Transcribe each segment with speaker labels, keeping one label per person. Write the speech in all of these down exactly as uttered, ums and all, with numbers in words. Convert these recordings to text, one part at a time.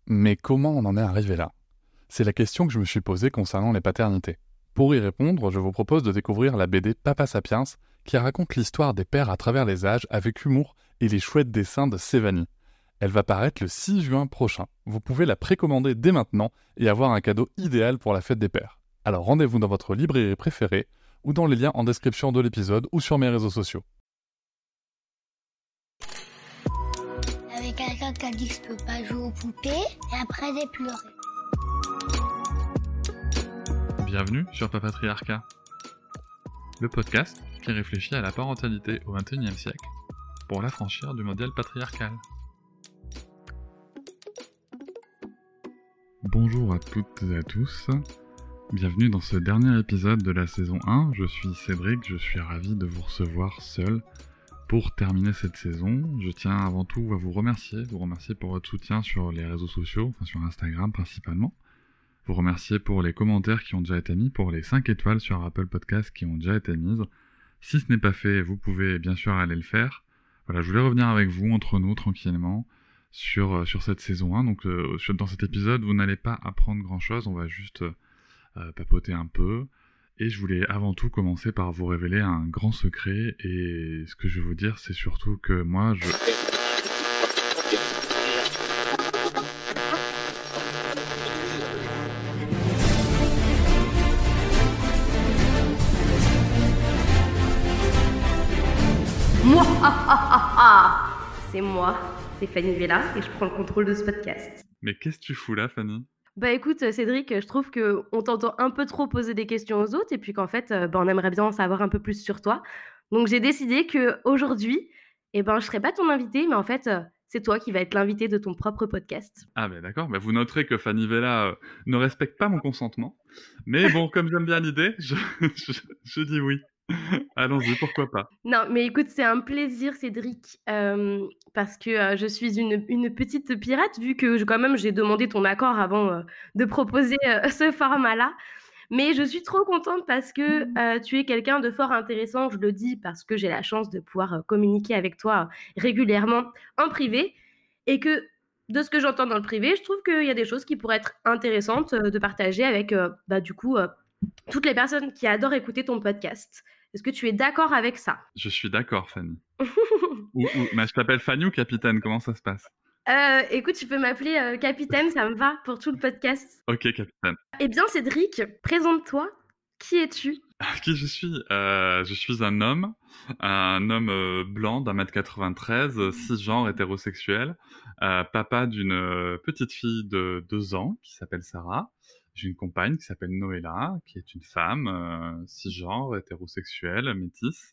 Speaker 1: Mais comment on en est arrivé là? C'est la question que je me suis posée concernant les paternités. Pour y répondre, je vous propose de découvrir la B D Papa Sapiens, qui raconte l'histoire des pères à travers les âges avec humour et les chouettes dessins de Sévanie. Elle va paraître le six juin prochain. Vous pouvez la précommander dès maintenant et avoir un cadeau idéal pour la fête des pères. Alors rendez-vous dans votre librairie préférée ou dans les liens en description de l'épisode ou sur mes réseaux sociaux.
Speaker 2: Avec quelqu'un qui a dit que je peux pas jouer aux poupées et après j'ai pleuré.
Speaker 1: Bienvenue sur Papatriarcat, le podcast qui réfléchit à la parentalité au vingt et unième siècle pour l'affranchir du modèle patriarcal. Bonjour à toutes et à tous, bienvenue dans ce dernier épisode de la saison un. Je suis Cédric, je suis ravi de vous recevoir seul pour terminer cette saison. Je tiens avant tout à vous remercier, vous remercier pour votre soutien sur les réseaux sociaux, enfin sur Instagram principalement. Vous remercier pour les commentaires qui ont déjà été mis, pour les cinq étoiles sur Apple Podcast qui ont déjà été mises. Si ce n'est pas fait, vous pouvez bien sûr aller le faire. Voilà, je voulais revenir avec vous, entre nous, tranquillement, sur, sur cette saison un. Donc, euh, dans cet épisode, vous n'allez pas apprendre grand-chose, on va juste euh, papoter un peu. Et je voulais avant tout commencer par vous révéler un grand secret. Et ce que je vais vous dire, c'est surtout que moi, je...
Speaker 3: Moi, ah, ah, ah, ah. C'est moi, c'est Fanny Vella et je prends le contrôle de ce podcast.
Speaker 1: Mais qu'est-ce que tu fous là, Fanny?
Speaker 3: Bah écoute Cédric, je trouve qu'on t'entend un peu trop poser des questions aux autres et puis qu'en fait, bah, on aimerait bien en savoir un peu plus sur toi. Donc j'ai décidé qu'aujourd'hui, eh ben, je ne serai pas ton invité, mais en fait, c'est toi qui vas être l'invité de ton propre podcast.
Speaker 1: Ah ben d'accord, bah vous noterez que Fanny Vella euh, ne respecte pas mon consentement. Mais bon, comme j'aime bien l'idée, je, je, je dis oui. Allons-y, pourquoi pas.
Speaker 3: Non, mais écoute, c'est un plaisir, Cédric, euh, parce que euh, je suis une, une petite pirate, vu que je, quand même j'ai demandé ton accord avant euh, de proposer euh, ce format-là. Mais je suis trop contente parce que euh, tu es quelqu'un de fort intéressant, je le dis parce que j'ai la chance de pouvoir euh, communiquer avec toi euh, régulièrement en privé, et que de ce que j'entends dans le privé, je trouve qu'il y a des choses qui pourraient être intéressantes euh, de partager avec, euh, bah, du coup, euh, toutes les personnes qui adorent écouter ton podcast. Est-ce que tu es d'accord avec ça?
Speaker 1: Je suis d'accord, Fanny. ou, ou, mais je t'appelle Fanny ou Capitaine? Comment ça se passe?
Speaker 3: euh, Écoute, tu peux m'appeler euh, Capitaine, ça me va pour tout le podcast.
Speaker 1: Ok, Capitaine.
Speaker 3: Eh bien, Cédric, présente-toi. Qui es-tu?
Speaker 1: Qui je suis? euh, Je suis un homme, un homme euh, blanc d'un mètre quatre-vingt-treize, cisgenre, hétérosexuel, euh, papa d'une euh, petite fille de deux ans qui s'appelle Sarah. J'ai une compagne qui s'appelle Noëlla, qui est une femme euh, cisgenre, hétérosexuelle, métisse.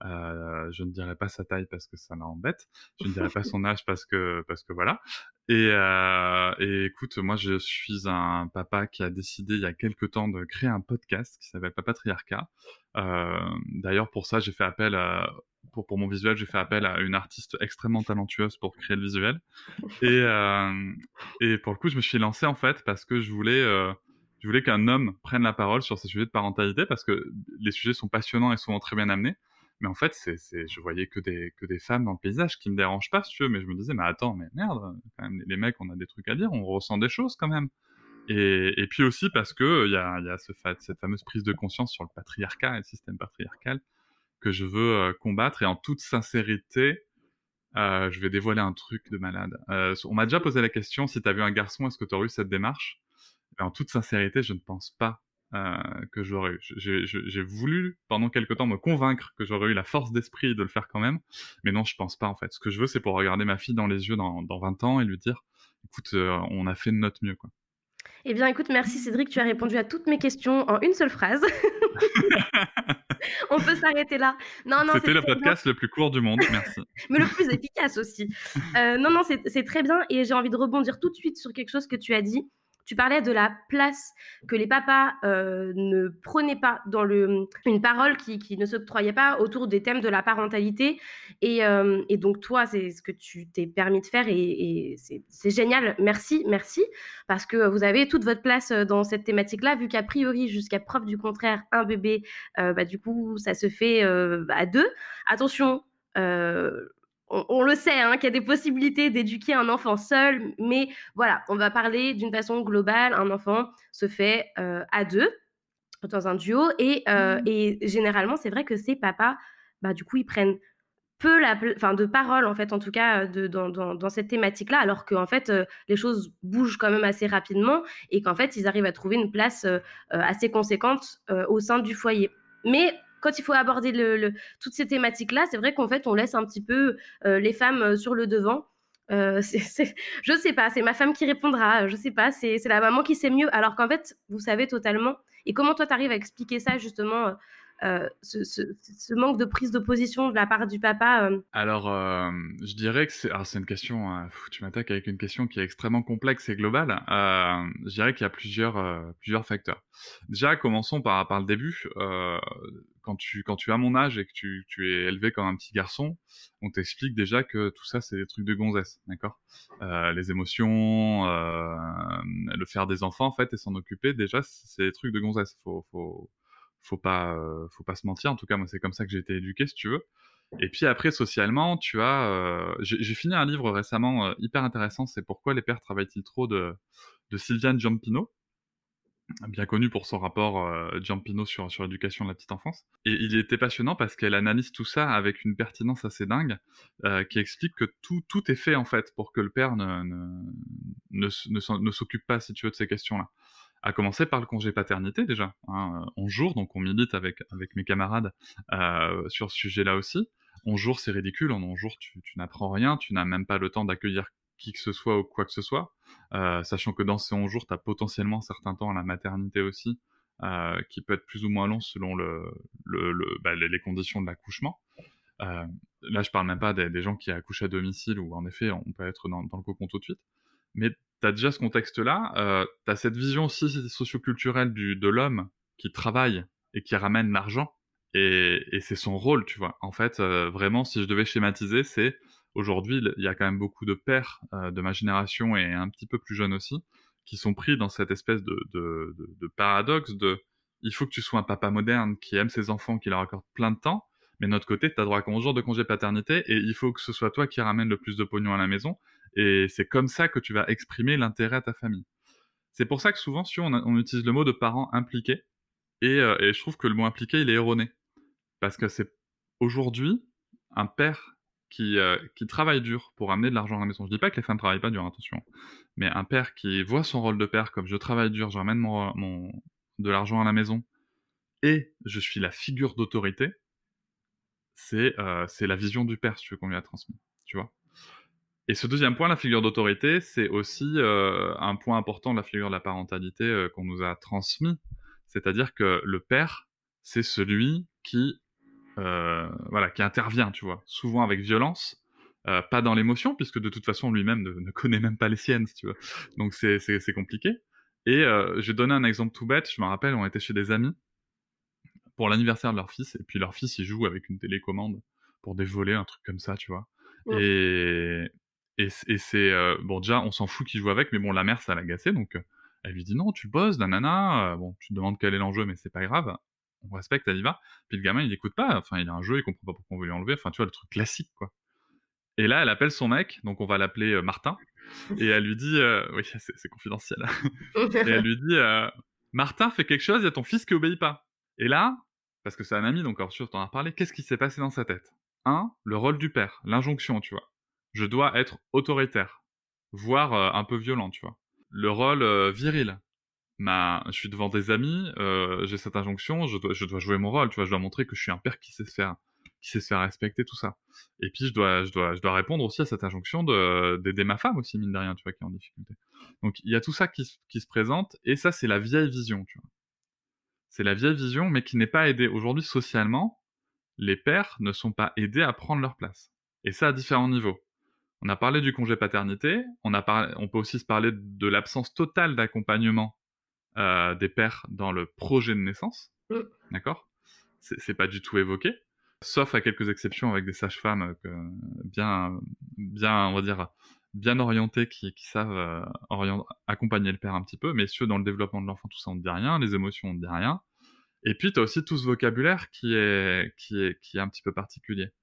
Speaker 1: Euh, je ne dirai pas sa taille parce que ça l'embête. Je ne dirai pas son âge parce que parce que voilà. Et, euh, et écoute, moi je suis un papa qui a décidé il y a quelque temps de créer un podcast qui s'appelle Papatriarcat. Euh, d'ailleurs pour ça j'ai fait appel à, pour pour mon visuel j'ai fait appel à une artiste extrêmement talentueuse pour créer le visuel. Et euh, et pour le coup je me suis lancé en fait parce que je voulais euh, je voulais qu'un homme prenne la parole sur ces sujets de parentalité parce que les sujets sont passionnants et souvent très bien amenés. Mais en fait, c'est, c'est, je voyais que des, que des femmes dans le paysage qui me dérangent pas, si tu veux, mais je me disais, mais attends, mais merde, quand même, les mecs, on a des trucs à dire, on ressent des choses quand même. Et, et puis aussi parce que il y a, y a ce fa- cette fameuse prise de conscience sur le patriarcat et le système patriarcal que je veux euh, combattre. Et en toute sincérité, euh, je vais dévoiler un truc de malade. Euh, on m'a déjà posé la question, si t'avais eu un garçon, est-ce que t'aurais eu cette démarche? Et en toute sincérité, je ne pense pas Euh, que j'aurais eu. J'ai, j'ai, j'ai voulu pendant quelque temps me convaincre que j'aurais eu la force d'esprit de le faire quand même, mais non, je pense pas en fait. Ce que je veux, c'est pour regarder ma fille dans les yeux dans, dans vingt ans et lui dire, écoute, euh, on a fait de notre mieux, quoi.
Speaker 3: Eh bien, écoute, merci Cédric, tu as répondu à toutes mes questions en une seule phrase. On peut s'arrêter là. Non, non,
Speaker 1: C'était
Speaker 3: c'est
Speaker 1: le
Speaker 3: très
Speaker 1: podcast
Speaker 3: bien.
Speaker 1: le plus court du monde, merci.
Speaker 3: Mais le plus efficace aussi. Euh, non, non, c'est, c'est très bien et j'ai envie de rebondir tout de suite sur quelque chose que tu as dit. Tu parlais de la place que les papas euh, ne prenaient pas dans le, une parole qui, qui ne s'octroyait pas autour des thèmes de la parentalité. Et, euh, et donc, toi, c'est ce que tu t'es permis de faire et, et c'est, c'est génial. Merci, merci. Parce que vous avez toute votre place dans cette thématique-là, vu qu'a priori, jusqu'à preuve du contraire, un bébé, euh, bah, du coup, ça se fait euh, à deux. Attention, euh, on, on le sait, hein, qu'il y a des possibilités d'éduquer un enfant seul, mais voilà, on va parler d'une façon globale. Un enfant se fait euh, à deux, dans un duo, et, euh, et généralement, c'est vrai que ces papas, bah, du coup, ils prennent peu la pl enfin de parole en fait, en tout cas, heu, de dans dans dans cette thématique-là, alors qu'en fait, heu, les choses bougent quand même assez rapidement et qu'en fait, ils arrivent à trouver une place, heu heu, assez conséquente, heu, au sein du foyer. Mais quand il faut aborder le le toutes ces thématiques-là, c'est vrai qu'en fait, on laisse un petit peu, heu, les femmes, heu, sur le devant. Heu, c'est c'est je sais pas, c'est ma femme qui répondra, je sais pas, c'est c'est la maman qui sait mieux, alors qu'en fait, vous savez totalement. Et comment toi, tu arrives à expliquer ça justement, heu heu, ce ce ce manque de prise de position de la part du papa, hem?
Speaker 1: Alors, hem, je dirais que c'est alors c'est une question, heu, tu m'attaques avec une question qui est extrêmement complexe et globale. Hem, je dirais qu'il y a plusieurs, heu, plusieurs facteurs. Déjà, commençons par par le début. Heu, quand tu quand tu as mon âge et que tu tu es élevé comme un petit garçon, on t'explique déjà que tout ça, c'est des trucs de gonzesse, d'accord? Heu, les émotions, hem, le faire des enfants, en fait, et s'en occuper, déjà, c'est des trucs de gonzesse. Faut faut faut pas, heu, faut pas se mentir. En tout cas, moi, c'est comme ça que j'ai été éduqué, si tu veux. Et puis après, socialement, tu as, heu, j'ai j'ai fini un livre récemment, heu, hyper intéressant, c'est «Pourquoi les pères travaillent-ils trop?» de de Sylviane Giampino, bien connue pour son rapport, heu, Giampino sur sur l'éducation de la petite enfance. Et il était passionnant parce qu'elle analyse tout ça avec une pertinence assez dingue, heu, qui explique que tout tout est fait, en fait, pour que le père ne ne ne s ne s'en ne s'occupe pas, si tu veux, de ces questions-là. À commencer par le congé paternité déjà, hein, heu, onze jours, donc on milite avec avec mes camarades, heu, sur ce sujet-là aussi. onze jours, c'est ridicule, en onze jours, tu tu n'apprends rien, tu n'as même pas le temps d'accueillir qui que ce soit ou quoi que ce soit, heu, sachant que dans ces onze jours, tu as potentiellement certains temps à la maternité aussi, heu, qui peut être plus ou moins long selon le le le bah, les les conditions de l'accouchement. Heu, Là, je parle même pas des des gens qui accouchent à domicile où en effet, on peut être dans dans le cocon tout de suite. Mais tu as déjà ce contexte-là, heu, tu as cette vision aussi socioculturelle du de l'homme qui travaille et qui ramène l'argent, et et c'est son rôle, tu vois? En fait, heu, vraiment, si je devais schématiser, c'est aujourd'hui, il y a quand même beaucoup de pères, heu, de ma génération et un petit peu plus jeunes aussi, qui sont pris dans cette espèce de de de de paradoxe de: «Il faut que tu sois un papa moderne qui aime ses enfants, qui leur accorde plein de temps, mais de notre côté, tu as droit qu'à onze jours de congé paternité et il faut que ce soit toi qui ramène le plus de pognon à la maison, et c'est comme ça que tu vas exprimer l'intérêt à ta famille.» C'est pour ça que souvent, si on, a- on utilise le mot de parent impliqué, et, euh, et je trouve que le mot impliqué, il est erroné. Parce que c'est aujourd'hui un père qui, euh, qui travaille dur pour amener de l'argent à la maison. Je dis pas que les femmes travaillent pas dur, attention. Mais un père qui voit son rôle de père comme je travaille dur, je ramène mon, mon, de l'argent à la maison et je suis la figure d'autorité, c'est euh, c'est la vision du père, si tu veux, qu'on lui a transmis. Tu vois. Et ce deuxième point, la figure d'autorité, c'est aussi euh, un point important de la figure de la parentalité euh, qu'on nous a transmis. C'est-à-dire que le père, c'est celui qui, euh, voilà, qui intervient, tu vois, souvent avec violence, euh, pas dans l'émotion, puisque de toute façon lui-même ne, ne connaît même pas les siennes, si tu veux. Donc c'est c'est c'est compliqué. Et euh, je vais donner un exemple tout bête. Je me rappelle, on était chez des amis pour l'anniversaire de leur fils, et puis leur fils il joue avec une télécommande pour des volets, un truc comme ça, tu vois.
Speaker 3: Mmh.
Speaker 1: Et et, c- et c'est euh, bon, déjà on s'en fout qu'il joue avec, mais bon, la mère ça l'agaçait, donc euh, elle lui dit non, tu bosses, nanana, euh, bon, tu te demandes quel est l'enjeu, mais c'est pas grave, on respecte, elle y va. Puis le gamin il écoute pas, enfin il a un jeu, il comprend pas pourquoi on veut lui enlever, enfin tu vois, le truc classique quoi. Et là elle appelle son mec, donc on va l'appeler euh, Martin, et elle lui dit, euh, oui c'est c'est confidentiel, et elle lui dit euh, Martin fait quelque chose, il y a ton fils qui obéit pas. Et là, parce que c'est un ami, donc alors sûr, t'en as reparlé, qu'est-ce qui s'est passé dans sa tête? Un, le rôle du père, l'injonction, tu vois. Je dois être autoritaire, voire euh, un peu violent, tu vois. Le rôle euh, viril. Bah, je suis devant des amis, euh, j'ai cette injonction, je dois, je dois jouer mon rôle, tu vois, je dois montrer que je suis un père qui sait se faire, qui sait se faire respecter, tout ça. Et puis je dois, je dois, je dois répondre aussi à cette injonction de d'aider ma femme aussi, mine de rien, tu vois, qui est en difficulté. Donc il y a tout ça qui, se- qui se présente, et ça c'est la vieille vision, tu vois. C'est la vieille vision, mais qui n'est pas aidée. Aujourd'hui, socialement, les pères ne sont pas aidés à prendre leur place. Et ça à différents niveaux. On a parlé du congé paternité, on, a parlé, on peut aussi se parler de l'absence totale d'accompagnement euh, des pères dans le projet de naissance,
Speaker 3: Mmh.
Speaker 1: d'accord? c'est, c'est pas du tout évoqué, sauf à quelques exceptions avec des sages-femmes euh, bien, bien, on va dire, bien orientées qui, qui savent euh, orient- accompagner le père un petit peu, mais ceux dans le développement de l'enfant, tout ça on ne dit rien, les émotions on ne dit rien. Et puis tu as aussi tout ce vocabulaire qui est, qui est, qui est un petit peu particulier.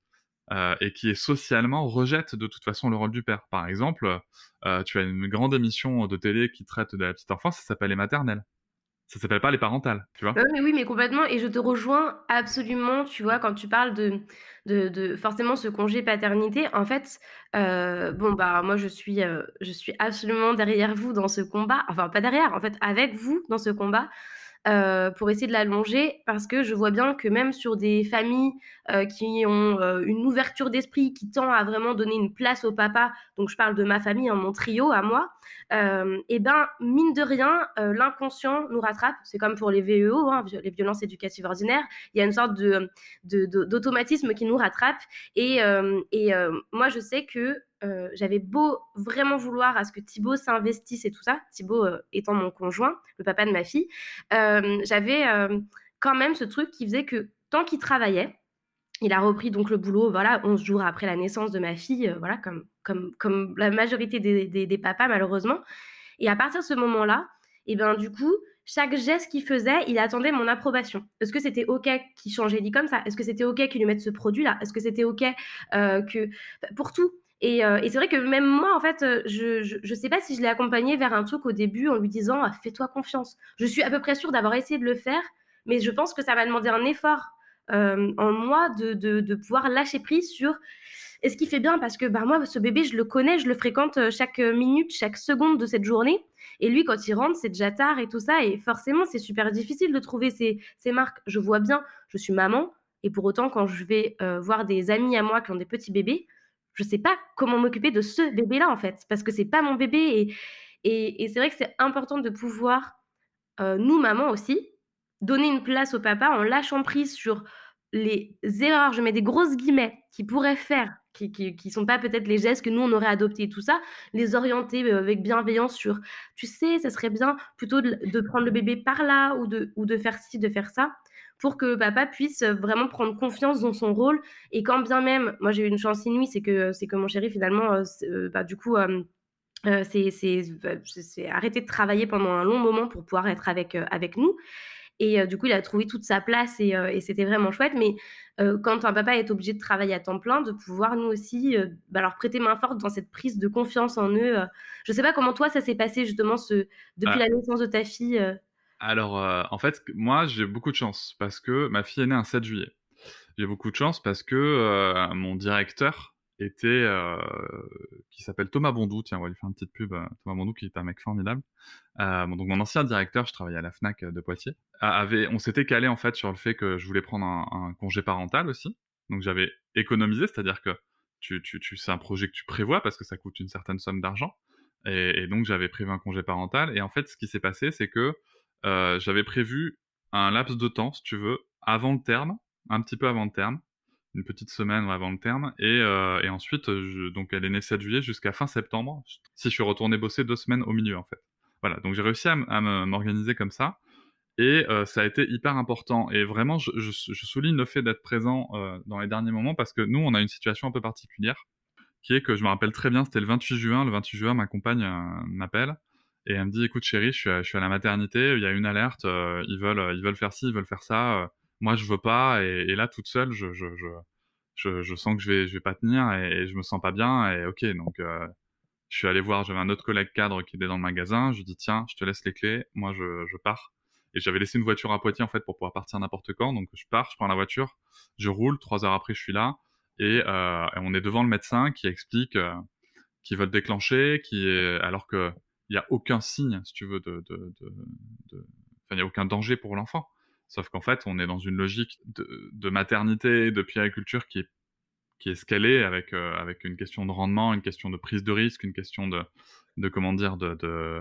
Speaker 1: heu et qui est socialement rejette de toute façon le rôle du père. Par exemple, heu tu as une grande émission de télé qui traite de la petite enfance, ça s'appelle Les Maternelles. Ça s'appelle pas Les Parentales, tu vois?
Speaker 3: Non, mais oui, mais complètement et je te rejoins absolument, tu vois? Quand tu parles de de de forcément ce congé paternité, en fait, heu, bon, bah, moi je suis, heu, je suis absolument derrière vous dans ce combat, enfin pas derrière, en fait, avec vous dans ce combat, heu, pour essayer de l'allonger parce que je vois bien que même sur des familles, heu, qui ont, heu, une ouverture d'esprit, qui tend à vraiment donner une place au papa, donc je parle de ma famille, hein, mon trio à moi, hem et ben, mine de rien, heu, l'inconscient nous rattrape. C'est comme pour les V E O, hein, les violences éducatives ordinaires. Il y a une sorte de de de d'automatisme qui nous rattrape et hem et hem, moi je sais que, heu, j'avais beau vraiment vouloir à ce que Thibaut s'investisse et tout ça, Thibaut, heu, étant mon conjoint, le papa de ma fille, hem, j'avais, hem, quand même ce truc qui faisait que tant qu'il travaillait, il a repris donc le boulot, voilà, onze jours après la naissance de ma fille, heu, voilà, comme comme comme la majorité des des des papas malheureusement et à partir de ce moment-là et ben, du coup, chaque geste qu'il faisait, il attendait mon approbation. Est-ce que c'était OK qu'il change les lits comme ça? Est-ce que c'était OK qu'il lui mette ce produit-là? Est-ce que c'était OK, heu, que pour tout et heu et c'est vrai que même moi, en fait, heu, je je je sais pas si je l'ai accompagné vers un truc au début en lui disant: «Ah, fais-toi confiance». Je suis à peu près sûre d'avoir essayé de le faire, mais je pense que ça m'a demandé un effort, hem, en moi de de de pouvoir lâcher prise sur est-ce qu'il fait bien parce que, bah, moi, ce bébé, je le connais, je le fréquente, heu, chaque, heu, minute, chaque seconde de cette journée et lui, quand il rentre, c'est déjà tard et tout ça et forcément, c'est super difficile de trouver ses ses marques. Je vois bien, je suis maman et pour autant, quand je vais, heu, voir des amis à moi qui ont des petits bébés, je sais pas comment m'occuper de ce bébé-là, en fait, parce que c'est pas mon bébé et et et c'est vrai que c'est important de pouvoir, heu, nous, mamans aussi, donner une place au papa en lâchant prise sur les erreurs, je mets des grosses guillemets, qu'il pourrait faire, qui qui qui sont pas peut-être les gestes que nous on aurait adoptés et tout ça, les orienter, heu, avec bienveillance sur: «Tu sais, ça serait bien plutôt de l de prendre le bébé par là ou de ou de faire ci, de faire ça», pour que papa puisse, heu, vraiment prendre confiance dans son rôle et quand bien même moi j'ai eu une chance inouïe, c'est que c'est que mon chéri finalement, heu, s heu, bah, du coup, hem, heu, s'est s'est v s'est arrêté de travailler pendant un long moment pour pouvoir être avec, heu, avec nous et heu, du coup, il a trouvé toute sa place et heu et c'était vraiment chouette. Mais heu, quand un papa est obligé de travailler à temps plein, de pouvoir nous aussi, heu, bah, leur prêter main forte dans cette prise de confiance en eux, heu. Je sais pas comment toi ça s'est passé justement ce depuis
Speaker 1: Ah,
Speaker 3: la naissance de ta fille, heu?
Speaker 1: alors, heu, en fait, moi, j'ai beaucoup de chance parce que ma fille est née un sept juillet. J'ai beaucoup de chance parce que, heu, mon directeur était, heu, qui s'appelle Thomas Bondou, tiens, on va lui faire une petite pub, heu, Thomas Bondou qui est un mec formidable. Heu, bon donc mon ancien directeur, je travaillais à la Fnac, heu, de Poitiers, a avait on s'était calé en fait sur le fait que je voulais prendre un un congé parental aussi. Donc j'avais économisé, c'est-à-dire que tu tu tu c'est un projet que tu prévois parce que ça coûte une certaine somme d'argent et et donc j'avais prévu un congé parental et en fait ce qui s'est passé c'est que, heu, j'avais prévu un laps de temps, si tu veux, avant le terme, un petit peu avant le terme, une petite semaine avant le terme et heu et ensuite, heu, je donc elle est née sept juillet jusqu'à fin septembre. Si je suis retourné bosser deux semaines au milieu, en fait. Voilà, donc j'ai réussi à m à me m'organiser comme ça et heu, ça a été hyper important et vraiment je je je souligne le fait d'être présent, heu, dans les derniers moments parce que nous, on a une situation un peu particulière qui est que je me rappelle très bien, c'était le vingt-huit juin. Le vingt-huit juin, ma compagne, heu, m'appelle et elle me dit: «Écoute chérie, je suis à je suis à la maternité, il y a une alerte, heu, ils veulent, heu, ils veulent faire ci, ils veulent faire ça, heu, moi je veux pas et et là toute seule je je je je je sens que je vais je vais pas tenir et et je me sens pas bien et OK». Donc heu, je suis allé voir, j'avais un autre collègue cadre qui était dans le magasin, je lui dis: «Tiens, je te laisse les clés, moi je je pars» et j'avais laissé une voiture à Poitiers en fait pour pouvoir partir n'importe quand, donc je pars, je prends la voiture, je roule, trois heures après je suis là et heu et on est devant le médecin qui explique, heu, qu'ils veulent déclencher, qui est alors qu'il y a aucun signe, si tu veux, de de de de enfin, il y a aucun danger pour l'enfant. Sauf qu'en fait, on est dans une logique de de maternité, de puériculture qui est qui est ce qu'elle est avec, heu, avec une question de rendement, une question de prise de risque, une question de de comment dire? De de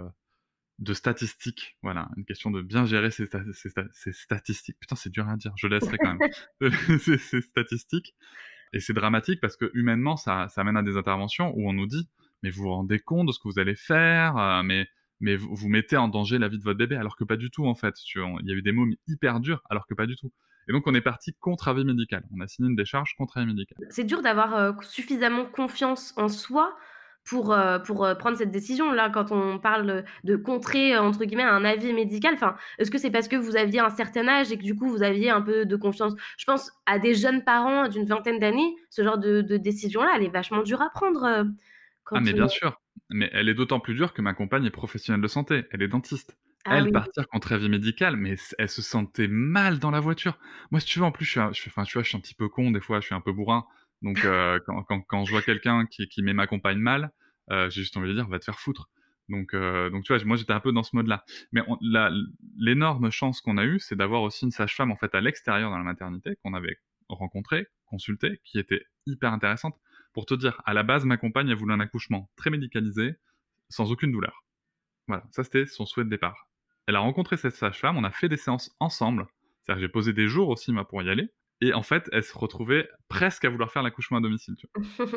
Speaker 1: de statistiques, voilà, une question de bien gérer ses sta ses sta ses statistiques. Putain, c'est dur à dire, je laisserai quand même. Ses ses statistiques et c'est dramatique parce que humainement, ça ça mène à des interventions où on nous dit: «Mais vous vous rendez compte de ce que vous allez faire? Heu, mais mais vous vous mettez en danger la vie de votre bébé», alors que pas du tout en fait. Tu vois? Il y a eu des mots hyper durs alors que pas du tout et donc on est parti contre avis médical. On a signé une décharge contre avis médical.
Speaker 3: C'est dur d'avoir, heu, suffisamment confiance en soi pour, heu, pour, heu, prendre cette décision-là? Quand on parle, de «contrer» entre guillemets un avis médical, enfin, est-ce que c'est parce que vous aviez un certain âge et que du coup vous aviez un peu de confiance? Je pense à des jeunes parents d'une vingtaine d'années, ce genre de de décision-là, elle est vachement dure à prendre, heu,
Speaker 1: Ah
Speaker 3: quand
Speaker 1: mais
Speaker 3: on
Speaker 1: bien sûr, mais elle est d'autant plus dure que ma compagne est professionnelle de santé, elle est dentiste.
Speaker 3: ah
Speaker 1: Elle,
Speaker 3: oui.
Speaker 1: partir contre avis médical, mais s elle se sentait mal dans la voiture. Moi, si tu veux, en plus, je suis un je suis enfin, tu vois, je suis un petit peu con des fois, je suis un peu bourrin, donc heu, quand quand quand je vois quelqu'un qui qui met ma compagne mal, heu, j'ai juste envie de dire: «Va te faire foutre». Donc heu, donc tu vois, moi, j'étais un peu dans ce mode-là. Mais on la l'énorme chance qu'on a eue, c'est d'avoir aussi une sage-femme, en fait, à l'extérieur dans la maternité, qu'on avait rencontrée, consultée, qui était hyper intéressante. Pour te dire, à la base, ma compagne, elle voulait un accouchement très médicalisé, sans aucune douleur. Voilà, ça c'était son souhait de départ. Elle a rencontré cette sage-femme, on a fait des séances ensemble. C'est-à-dire que j'ai posé des jours aussi, moi, pour y aller. Et en fait, elle se retrouvait presque à vouloir faire l'accouchement à domicile, tu vois.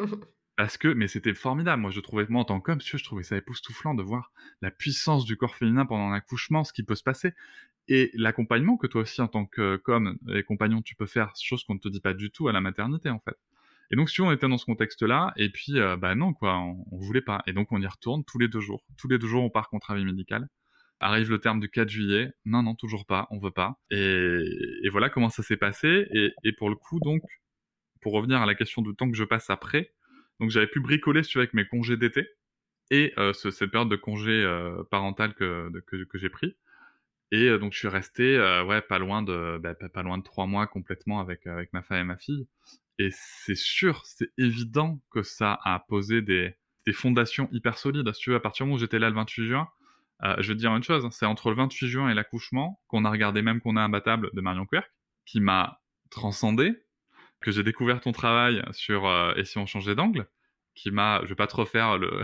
Speaker 1: Parce que, mais c'était formidable. Moi, je trouvais, moi, en tant qu'homme, tu vois, je trouvais ça époustouflant de voir la puissance du corps féminin pendant un accouchement, ce qui peut se passer. Et l'accompagnement que toi aussi, en tant que, qu'homme et compagnon, tu peux faire, chose qu'on ne te dit pas du tout à la maternité, en fait. Et donc, si tu vois, on était dans ce contexte-là, et puis, heu, bah, non, quoi, on on voulait pas. Et donc, on y retourne tous les deux jours. Tous les deux jours, on part contre avis médical. Arrive le terme du quatre juillet. Non, non, toujours pas, on veut pas. Et et voilà comment ça s'est passé. Et et pour le coup, donc, pour revenir à la question du temps que je passe après, donc j'avais pu bricoler, si tu veux, avec mes congés d'été et heu, ce cette période de congé, heu, parental que de que que j'ai pris. Et heu, donc je suis resté, heu, ouais, pas loin de, bah, pas pas loin de trois mois complètement avec, heu, avec ma femme et ma fille. Et c'est sûr, c'est évident que ça a posé des des fondations hyper solides. Si tu veux, à partir du moment où j'étais là le vingt-huit juin, heu, je vais te dire une chose, hein, c'est entre le vingt-huit juin et l'accouchement qu'on a regardé Même qu'on est imbattable de Marion Querc, qui m'a transcendé, que j'ai découvert ton travail sur, heu, Et si on changeait d'angle, qui m'a je vais pas te refaire le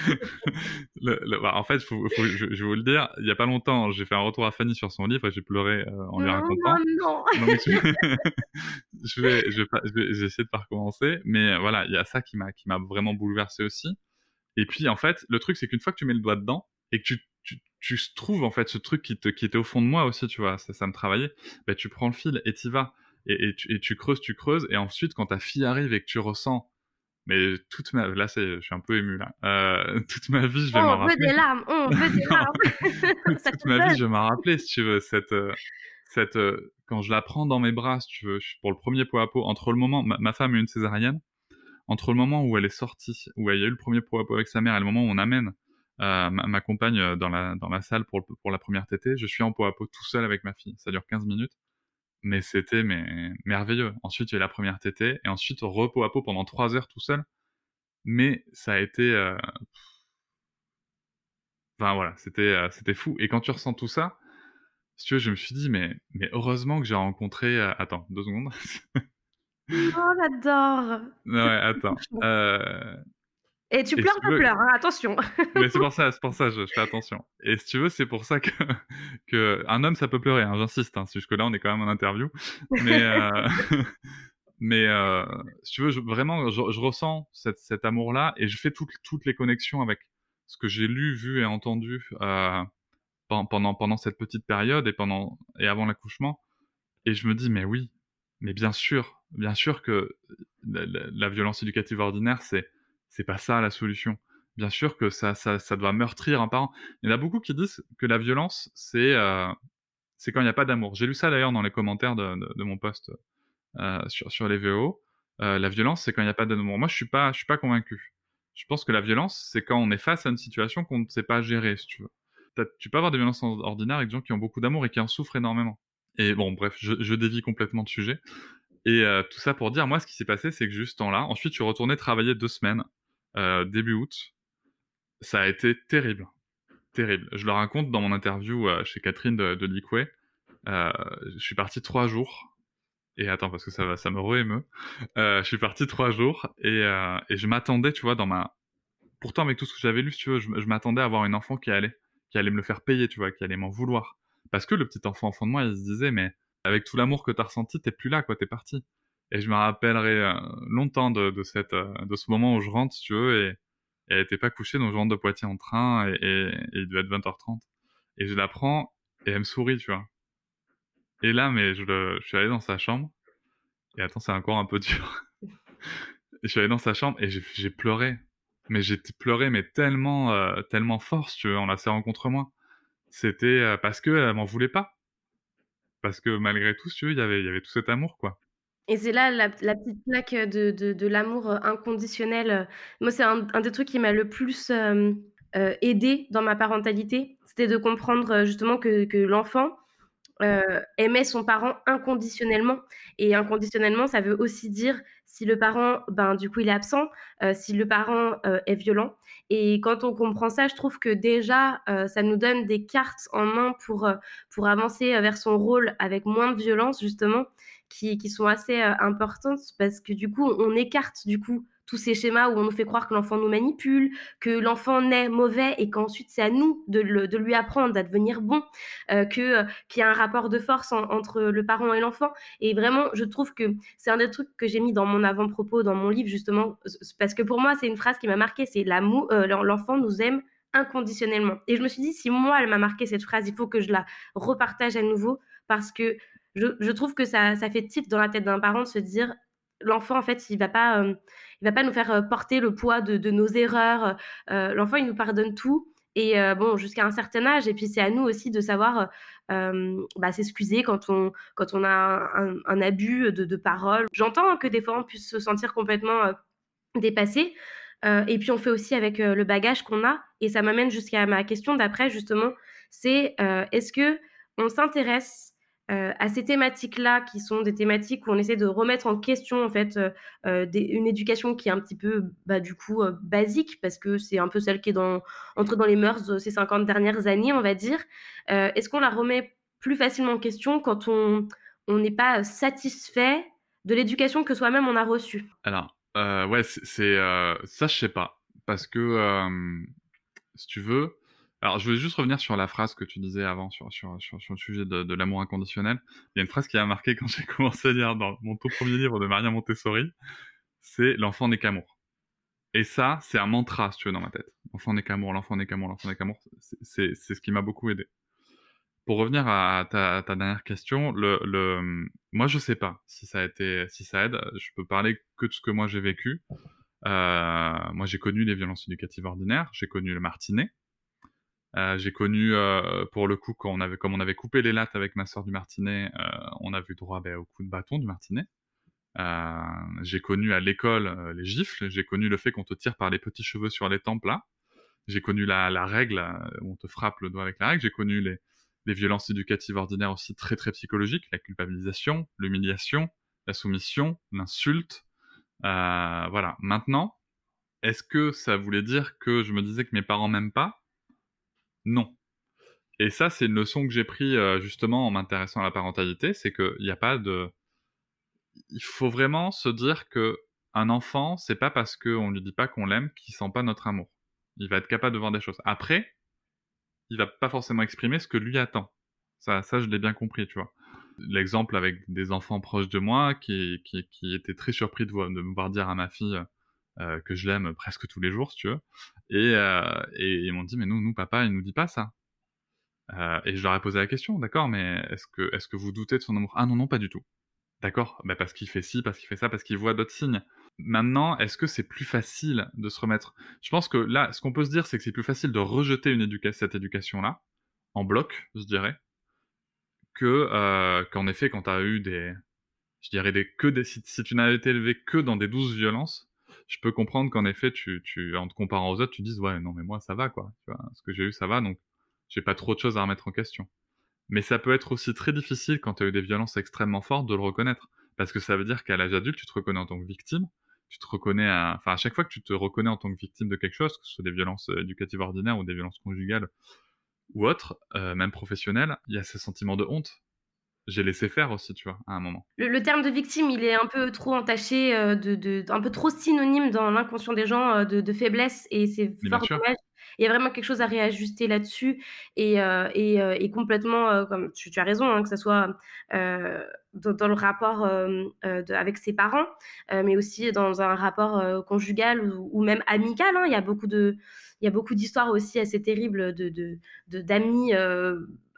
Speaker 1: le le bah, en fait, faut faut je je vais vous le dire, il y a pas longtemps, j'ai fait un retour à Fanny sur son livre et j'ai pleuré, heu, en lui
Speaker 3: Non, non,
Speaker 1: racontant.
Speaker 3: non.
Speaker 1: Donc je je vais je vais pas je vais je vais essayer de pas recommencer, mais heu, voilà, il y a ça qui m'a qui m'a vraiment bouleversé aussi. Et puis, en fait, le truc, c'est qu'une fois que tu mets le doigt dedans et que tu tu tu s trouves, en fait, ce truc qui te qui était au fond de moi aussi, tu vois? Ça ça me travaillait. Bah, tu prends le fil et tu y vas et et tu et tu creuses, tu creuses et ensuite, quand ta fille arrive et que tu ressens mais toute ma là, c'est je suis un peu ému, là, heu, toute ma vie, je vais
Speaker 3: On
Speaker 1: m'en
Speaker 3: veut
Speaker 1: rappeler.
Speaker 3: des larmes, on veut des
Speaker 1: Non,
Speaker 3: larmes.
Speaker 1: toute
Speaker 3: Ça
Speaker 1: toute
Speaker 3: te
Speaker 1: ma vie,
Speaker 3: donne.
Speaker 1: je vais m'en rappeler, si tu veux, cette, heu cette, heu quand je la prends dans mes bras, si tu veux, je pour le premier pot à pot, entre le moment ma ma femme a eu une césarienne, entre le moment où elle est sortie, où il y a eu le premier pot à pot avec sa mère et le moment où on amène, heu, ma ma compagne, heu, dans la dans la salle pour le pour la première tétée, je suis en pot à pot tout seul avec ma fille. Ça dure quinze minutes, mais c'était mais merveilleux. Ensuite, il y a eu la première tétée et ensuite repot à pot pendant trois heures tout seul, mais ça a été, heu, enfin voilà, c'était, heu, c'était fou. Et quand tu ressens tout ça, si tu veux, je me suis dit: «Mais mais heureusement que j'ai rencontré», heu attends deux secondes.
Speaker 3: Oh, j'adore.
Speaker 1: Ouais,
Speaker 3: C'est trop
Speaker 1: attends,
Speaker 3: touchant.
Speaker 1: heu
Speaker 3: Et tu
Speaker 1: et si
Speaker 3: pleures
Speaker 1: tu
Speaker 3: pas
Speaker 1: veux
Speaker 3: pleure, hein, attention.
Speaker 1: mais c'est pour ça c'est pour ça, je je fais attention. Et si tu veux, c'est pour ça que que un homme, ça peut pleurer, hein, j'insiste, hein, jusque-là, on est quand même en interview. Mais heu, mais heu, si tu veux, je vraiment, je je ressens cet cet amour-là et je fais toutes toutes les connexions avec ce que j'ai lu, vu et entendu, heu, pen pendant pendant cette petite période et pendant et avant l'accouchement. Et je me dis: «Mais oui, mais bien sûr, bien sûr que la la la violence éducative ordinaire, c'est c'est pas ça la solution. Bien sûr que ça ça ça doit meurtrir un parent». Il y en a beaucoup qui disent que la violence, c'est, heu, c'est quand il y a pas d'amour. J'ai lu ça d'ailleurs dans les commentaires de de de mon post, heu, sur sur les V O. Heu, la violence, c'est quand il y a pas d'amour. Moi, je suis pas je suis pas convaincu. Je pense que la violence, c'est quand on est face à une situation qu'on ne sait pas gérer, si tu veux. Tu as tu peux avoir des violences or ordinaires avec des gens qui ont beaucoup d'amour et qui en souffrent énormément. Et bon, bref, je je dévie complètement de sujet. Et heu, tout ça pour dire, moi, ce qui s'est passé, c'est que juste ce temps-là, ensuite, je suis retourné travailler deux semaines, heu, début août. Ça a été terrible, terrible. Je le raconte dans mon interview, heu, chez Catherine de de Liquay. Heu, je suis parti trois jours et attends parce que ça va ça me réémeut. Heu, je suis parti trois jours et heu et je m'attendais, tu vois, dans ma pourtant avec tout ce que j'avais lu, si tu veux, je je m'attendais à avoir une enfant qui allait qui allait me le faire payer, tu vois? Qui allait m'en vouloir. Parce que le petit enfant au fond de moi, il se disait: «Mais avec tout l'amour que tu as ressenti, tu es plus là, quoi, tu es parti». Et je me rappellerai, heu, longtemps de de cette, heu, de ce moment où je rentre, si tu veux, et et elle était pas couchée, donc je rentre de Poitiers en train et et et il devait être vingt heures trente et je la prends et elle me sourit, tu vois? Et là, mais je le je suis allé dans sa chambre et attends, c'est encore un peu dur. Je suis allé dans sa chambre et j'ai j'ai pleuré. Mais j'ai t pleuré, mais tellement, heu, tellement fort, si tu veux, en la serrant contre moi. C'était, heu, parce qu'elle m'en voulait pas. Parce que malgré tout, si tu veux, il y avait il y avait tout cet amour, quoi.
Speaker 3: Et c'est là la la petite claque, heu, de de de l'amour, heu, inconditionnel, heu. Moi, c'est un un des trucs qui m'a le plus, hem, heu, aidée dans ma parentalité. C'était de comprendre, heu, justement que que l'enfant, heu, aimait son parent inconditionnellement et inconditionnellement, ça veut aussi dire si le parent, ben, du coup, il est absent, heu, si le parent, heu, est violent et quand on comprend ça, je trouve que déjà, heu, ça nous donne des cartes en main pour, heu, pour avancer, heu, vers son rôle avec moins de violence justement, qui qui sont assez, heu, importantes parce que du coup, on écarte du coup tous ces schémas où on nous fait croire que l'enfant nous manipule, que l'enfant naît mauvais et qu'ensuite c'est à nous de le de lui apprendre à devenir bon, heu, que, heu, qu'il y a un rapport de force en entre le parent et l'enfant et vraiment, je trouve que c'est un des trucs que j'ai mis dans mon avant-propos, dans mon livre justement, s s parce que pour moi, c'est une phrase qui m'a marquée, c'est l'amour, heu, l'en l'enfant nous aime inconditionnellement et je me suis dit: «Si moi, elle m'a marquée cette phrase, il faut que je la repartage à nouveau» parce que je je trouve que ça ça fait tilt dans la tête d'un parent de se dire: «L'enfant, en fait, il va pas, hem, il va pas nous faire, heu, porter le poids de de nos erreurs», heu, l'enfant, il nous pardonne tout et heu, bon, jusqu'à un certain âge et puis c'est à nous aussi de savoir, heu, hem, bah, s'excuser quand on quand on a un un abus de de parole. J'entends que des fois on puisse se sentir complètement, heu, dépassé, heu et puis on fait aussi avec, heu, le bagage qu'on a et ça m'amène jusqu'à ma question d'après justement, c'est, heu, est-ce qu'on s'intéresse, heu, à ces thématiques-là qui sont des thématiques où on essaie de remettre en question en fait, heu heu, des une éducation qui est un petit peu, bah, du coup, heu, basique parce que c'est un peu celle qui est dans entrée dans les mœurs, heu, ces cinquante dernières années, on va dire. Heu, est-ce qu'on la remet plus facilement en question quand on on n'est pas, satisfait de l'éducation que soi-même on a reçue?
Speaker 1: Alors, heu, ouais, c'est c'est, heu, ça, je sais pas. Parce que, hem, si tu veux alors je voulais juste revenir sur la phrase que tu disais avant sur sur sur sur le sujet de de l'amour inconditionnel. Il y a une phrase qui m'a marqué quand j'ai commencé à lire dans mon tout premier livre de Maria Montessori, c'est: «L'enfant n'est qu'amour». Et ça, c'est un mantra, si tu veux, dans ma tête. L'enfant n'est qu'amour, l'enfant n'est qu'amour, l'enfant n'est qu'amour. C'est c'est c'est ce qui m'a beaucoup aidé. Pour revenir à ta à ta dernière question, le le, mmh, moi, je sais pas si ça a été si ça aide. Je peux parler que de ce que moi j'ai vécu. Heu, moi, j'ai connu les violences éducatives ordinaires, j'ai connu le martinet. Heu, j'ai connu, heu, pour le coup, quand on avait comme on avait coupé les lattes avec ma sœur du martinet, heu, on avait eu droit, beh, au coup de bâton du martinet. Heu, j'ai connu à l'école, heu, les gifles, j'ai connu le fait qu'on te tire par les petits cheveux sur les tempes là. J'ai connu la la règle, heu, où on te frappe le doigt avec la règle. J'ai connu les les violences éducatives ordinaires aussi très, très psychologiques, la culpabilisation, l'humiliation, la soumission, l'insulte. Heu, voilà. Maintenant, est-ce que ça voulait dire que je me disais que mes parents m'aiment pas? Non. Et ça, c'est une leçon que j'ai pris, heu, justement en m'intéressant à la parentalité, c'est qu'il y a pas de il faut vraiment se dire qu'un enfant, c'est pas parce qu'on lui dit pas qu'on l'aime qu'il sent pas notre amour. Il va être capable de voir des choses. Après, il va pas forcément exprimer ce que lui attend. Ça ça je l'ai bien compris, tu vois? L'exemple avec des enfants proches de moi qui qui qui étaient très surpris de voi de me voir dire à ma fille, heu, que je l'aime presque tous les jours, si tu veux et heu et ils m'ont dit: «Mais nous nous papa, il nous dit pas ça». Heu et je leur ai posé la question: «D'accord, mais est-ce que est-ce que vous doutez de son amour?» «Ah non, non, pas du tout». «D'accord, bah, parce qu'il fait ci, parce qu'il fait ça, parce qu'il voit d'autres signes». Maintenant, est-ce que c'est plus facile de se remettre je pense que là, ce qu'on peut se dire, c'est que c'est plus facile de rejeter une éduca cette éducation-là, en bloc, je dirais, que, heu, qu'en effet, quand tu as eu des je dirais des que des si si tu n'avais été élevé que dans des douces violences, je peux comprendre qu'en effet, tu tu en te comparant aux autres, tu dises: «Ouais, non, mais moi, ça va, quoi». Tu vois? Ce que j'ai eu, ça va, donc j'ai pas trop de choses à remettre en question. Mais ça peut être aussi très difficile quand tu as eu des violences extrêmement fortes de le reconnaître. Parce que ça veut dire qu'à l'âge adulte, tu te reconnais en tant que victime, tu te reconnais à enfin, à chaque fois que tu te reconnais en tant que victime de quelque chose, que ce soit des violences, heu, éducatives ordinaires ou des violences conjugales ou autres, heu, même professionnelles, il y a ce sentiment de honte. J'ai laissé faire aussi, tu vois, à un moment.
Speaker 3: Le le terme de victime, il est un peu trop entaché, heu, de de un peu trop synonyme dans l'inconscient des gens, heu, de de faiblesse et c'est
Speaker 1: Mais bien
Speaker 3: fort
Speaker 1: sûr,
Speaker 3: dommage. Il y a vraiment quelque chose à réajuster là-dessus et heu et heu et complètement, heu, comme tu tu as raison, hein, que ça soit, heu, dans dans le rapport, hem, heu, de avec ses parents, heu, mais aussi dans un rapport, heu, conjugal ou ou même amical, hein. Il y a beaucoup de il y a beaucoup d'histoires aussi assez terribles de de de d'amis, heu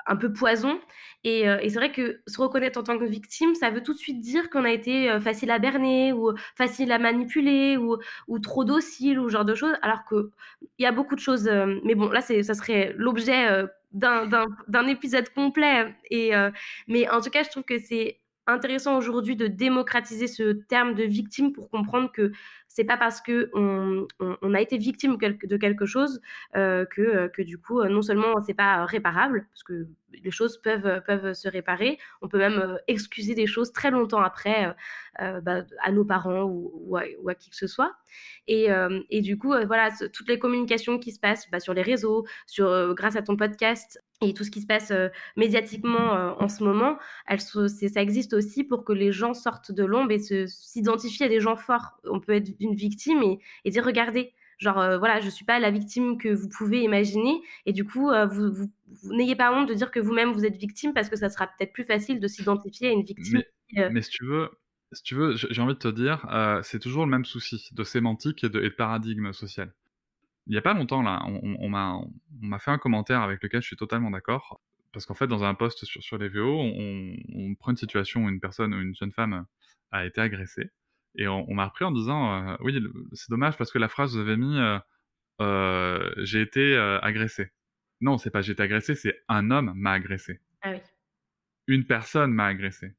Speaker 3: un peu poison et heu et c'est vrai que se reconnaître en tant que victime, ça veut tout de suite dire qu'on a été, heu, facile à berner ou facile à manipuler ou ou trop docile ou ce genre de choses, alors qu'il y a beaucoup de choses, hem mais bon, là, c'est ça serait l'objet, heu, d'un d'un d'un épisode complet et heu mais en tout cas, je trouve que c'est intéressant aujourd'hui de démocratiser ce terme de victime pour comprendre que c'est pas parce qu'on on on a été victime quelque de quelque chose, heu, que, heu, que du coup, heu, non seulement c'est pas réparable, parce que les choses peuvent, peuvent se réparer. On peut même, heu, excuser des choses très longtemps après, heu heu, bah, à nos parents ou ou à ou à qui que ce soit et hem et du coup, heu, voilà, ce toutes les communications qui se passent, bah, sur les réseaux, sur, heu, grâce à ton podcast et tout ce qui se passe, heu, médiatiquement, heu, en ce moment, elles se c'est ça existe aussi pour que les gens sortent de l'ombre et se s'identifient à des gens forts. On peut être une victime et et dire: «Regardez, genre, heu, voilà, je suis pas la victime que vous pouvez imaginer» et du coup, heu, vous vous vous n'ayez pas honte de dire que vous-même vous êtes victime parce que ça sera peut-être plus facile de s'identifier à une victime
Speaker 1: Mais
Speaker 3: qui, heu
Speaker 1: mais si tu veux si tu veux, j'ai j'ai envie de te dire, heu, c'est toujours le même souci de sémantique et de et de paradigme social. Il y a pas longtemps là, on on on m'a on m'a fait un commentaire avec lequel je suis totalement d'accord, parce qu'en fait dans un post sur sur les V O, on on prend une situation où une personne, une jeune femme a été agressée et on on m'a repris en disant, heu: «Oui, le c'est dommage parce que la phrase vous avez mis, heu heu, j'ai été, heu, agressée». Non, c'est pas j'ai été agressé, c'est un homme m'a agressé.
Speaker 3: ah oui.
Speaker 1: Une personne m'a agressé.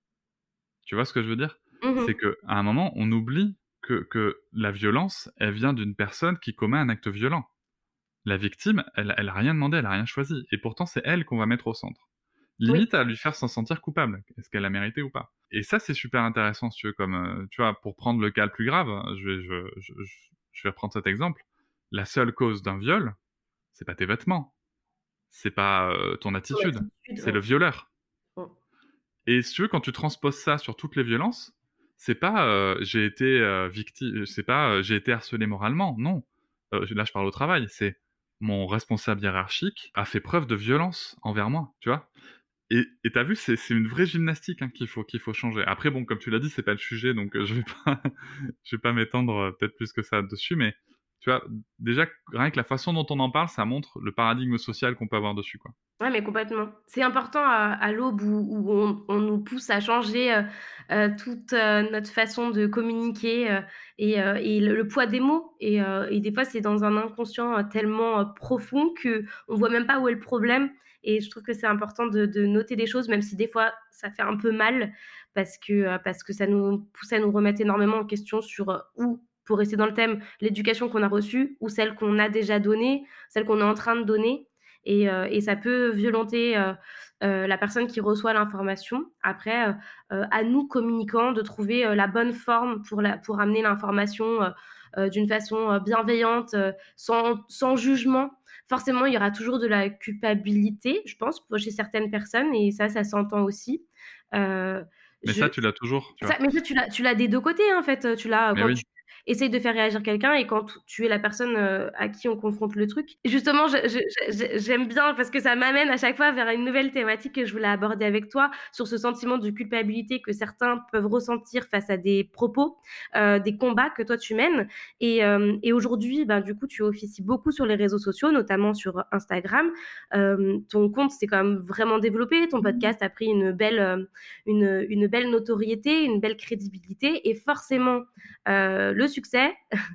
Speaker 1: Tu vois ce que je veux dire?
Speaker 3: Mmh
Speaker 1: C'est
Speaker 3: mh.
Speaker 1: qu'à un moment, on oublie que que la violence, elle vient d'une personne qui commet un acte violent. La victime, elle elle a rien demandé, elle a rien choisi et pourtant c'est elle qu'on va mettre au centre.
Speaker 3: Oui,
Speaker 1: Limite à lui faire s'en sentir coupable. Est-ce qu'elle l'a mérité ou pas? Et ça, c'est super intéressant si tu veux comme, heu, tu vois, pour prendre le cas le plus grave, je vais je je je je vais reprendre cet exemple. La seule cause d'un viol, c'est pas tes vêtements, c'est pas, heu, ton
Speaker 3: ton
Speaker 1: attitude,
Speaker 3: attitude,
Speaker 1: c'est
Speaker 3: ouais.
Speaker 1: le violeur.
Speaker 3: Mmh.
Speaker 1: Et si tu veux, quand tu transposes ça sur toutes les violences, c'est pas, heu, j'ai été, heu, victi c'est pas, heu, j'ai été harcelé moralement, non. Heu, là, je parle au travail, c'est mon responsable hiérarchique a fait preuve de violence envers moi, tu vois? Et et tu as vu, c'est c'est une vraie gymnastique, hein, qu'il faut qu'il faut changer. Après bon, comme tu l'as dit, c'est pas le sujet, donc heu, je vais pas je vais pas m'étendre, heu, peut-être plus que ça dessus, mais tu vois, déjà, rien que la façon dont on en parle, ça montre le paradigme social qu'on peut avoir dessus, quoi.
Speaker 3: Ouais, mais complètement. C'est important à à l'aube où où on on nous pousse à changer, heu heu, toute, heu, notre façon de communiquer, heu et heu et le le poids des mots et heu et des fois, c'est dans un inconscient, heu, tellement, heu, profond qu'on voit même pas où est le problème et je trouve que c'est important de de noter des choses, même si des fois, ça fait un peu mal parce que, heu, parce que ça nous pousse à nous remettre énormément en question sur, heu, ou pour rester dans le thème, l'éducation qu'on a reçue ou celle qu'on a déjà donnée, celle qu'on est en train de donner et heu et ça peut violenter, heu heu, la personne qui reçoit l'information. Après, heu heu, à nous, communicants, de trouver, heu, la bonne forme pour la pour amener l'information, heu heu, d'une façon, heu, bienveillante, heu, sans sans jugement. Forcément, il y aura toujours de la culpabilité, je pense, pour chez certaines personnes et ça, ça s'entend aussi. Heu,
Speaker 1: Mais
Speaker 3: je
Speaker 1: ça, tu l'as toujours, tu
Speaker 3: ça
Speaker 1: vois?
Speaker 3: mais ça, tu l'as tu l'as des deux côtés, hein, en fait, heu, tu l'as, heu,
Speaker 1: Mais
Speaker 3: quand
Speaker 1: oui.
Speaker 3: tu essayes de faire réagir quelqu'un et quand tu es la personne, heu, à qui on confronte le truc. Et justement, je je je je j'aime bien parce que ça m'amène à chaque fois vers une nouvelle thématique que je voulais aborder avec toi, sur ce sentiment de culpabilité que certains peuvent ressentir face à des propos, heu, des combats que toi tu mènes et hem et aujourd'hui, ben, du coup, tu officies beaucoup sur les réseaux sociaux, notamment sur Instagram. Hem, ton compte s'est quand même vraiment développé, ton podcast a pris une belle, hem, une, une belle notoriété, une belle crédibilité et forcément, heu, le succès,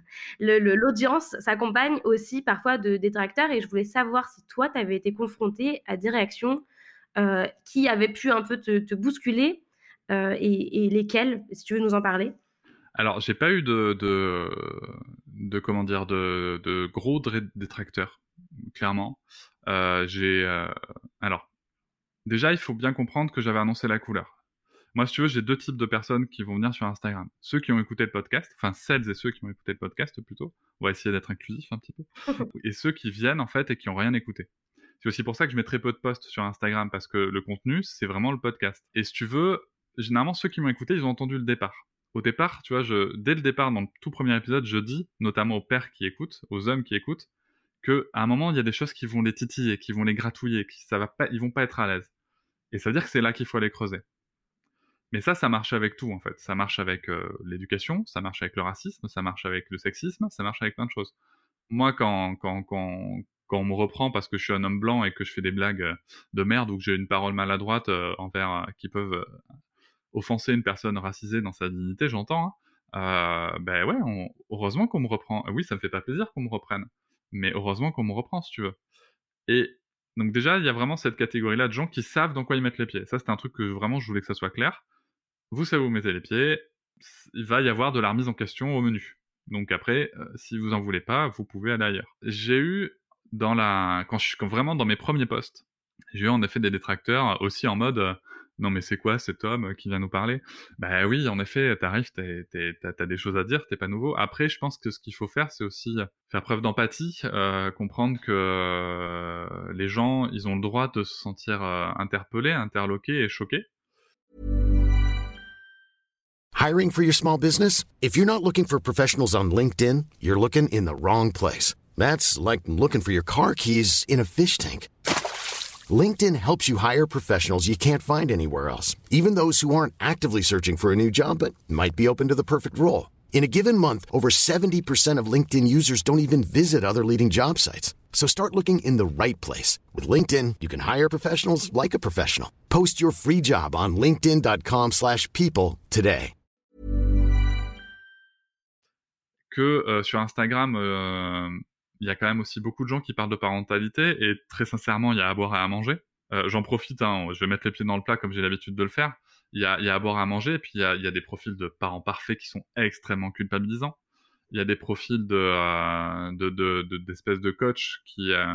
Speaker 3: le le l'audience s'accompagne aussi parfois de détracteurs et je voulais savoir si toi, tu avais été confronté à des réactions, heu, qui avaient pu un peu te te bousculer, heu et et lesquelles? Si tu veux nous en parler?
Speaker 1: Alors, j'ai pas eu de de de comment dire? De de gros dré détracteurs, clairement. Heu, j'ai, heu alors, déjà, il faut bien comprendre que j'avais annoncé la couleur. Moi, si tu veux, j'ai deux types de personnes qui vont venir sur Instagram. Ceux qui ont écouté le podcast, enfin celles et ceux qui ont écouté le podcast plutôt. On va essayer d'être inclusif un petit peu. Et ceux qui viennent en fait et qui ont rien écouté. C'est aussi pour ça que je mets très peu de posts sur Instagram parce que le contenu, c'est vraiment le podcast. Et si tu veux, généralement ceux qui m'ont écouté, ils ont entendu le départ. Au départ, tu vois, je, dès le départ, dans le tout premier épisode, je dis, notamment aux pères qui écoutent, aux hommes qui écoutent, que à un moment, il y a des choses qui vont les titiller, qui vont les gratouiller, qui ça va pas, ils vont pas être à l'aise. Et ça veut dire que c'est là qu'il faut aller creuser. Mais ça, ça marche avec tout en fait. Ça marche avec euh, l'éducation, ça marche avec le racisme, ça marche avec le sexisme, ça marche avec plein de choses. Moi, quand quand quand quand on me reprend parce que je suis un homme blanc et que je fais des blagues euh, de merde ou que j'ai une parole maladroite euh, envers euh, qui peuvent euh, offenser une personne racisée dans sa dignité, j'entends. Hein. Euh, ben ouais, on... heureusement qu'on me reprend. Oui, ça me fait pas plaisir qu'on me reprenne, mais heureusement qu'on me reprend, si tu veux. Et donc déjà, il y a vraiment cette catégorie-là de gens qui savent dans quoi ils mettent les pieds. Ça, c'est un truc que vraiment je voulais que ça soit clair. Vous savez où vous mettez les pieds, il va y avoir de la remise en question au menu. Donc après, euh, si vous en voulez pas, vous pouvez aller ailleurs. J'ai eu dans la, quand je suis quand vraiment dans mes premiers postes, j'ai eu en effet des détracteurs aussi en mode euh, non mais c'est quoi cet homme qui vient nous parler? Bah oui, en effet, t'arrives, t'es, t'es, t'as, t'as des choses à dire, t'es pas nouveau. Après, je pense que ce qu'il faut faire, c'est aussi faire preuve d'empathie, euh, comprendre que euh, les gens, ils ont le droit de se sentir euh, interpellés, interloqués et choqués.
Speaker 4: Hiring for your small business? If you're not looking for professionals on LinkedIn, you're looking in the wrong place. That's like looking for your car keys in a fish tank. LinkedIn helps you hire professionals you can't find anywhere else, even those who aren't actively searching for a new job but might be open to the perfect role. In a given month, over seventy percent of LinkedIn users don't even visit other leading job sites. So start looking in the right place. With LinkedIn, you can hire professionals like a professional. Post your free job on linkedin.com slash people today.
Speaker 1: Que euh, sur Instagram, euh, il y a quand même aussi beaucoup de gens qui parlent de parentalité et très sincèrement, il y a à boire et à manger. Euh, j'en profite, hein, je vais mettre les pieds dans le plat comme j'ai l'habitude de le faire. Il y a, il y a à boire et à manger et puis il y a, il y a des profils de parents parfaits qui sont extrêmement culpabilisants. Il y a des profils de, euh, de, de, de d'espèces de coachs qui, euh,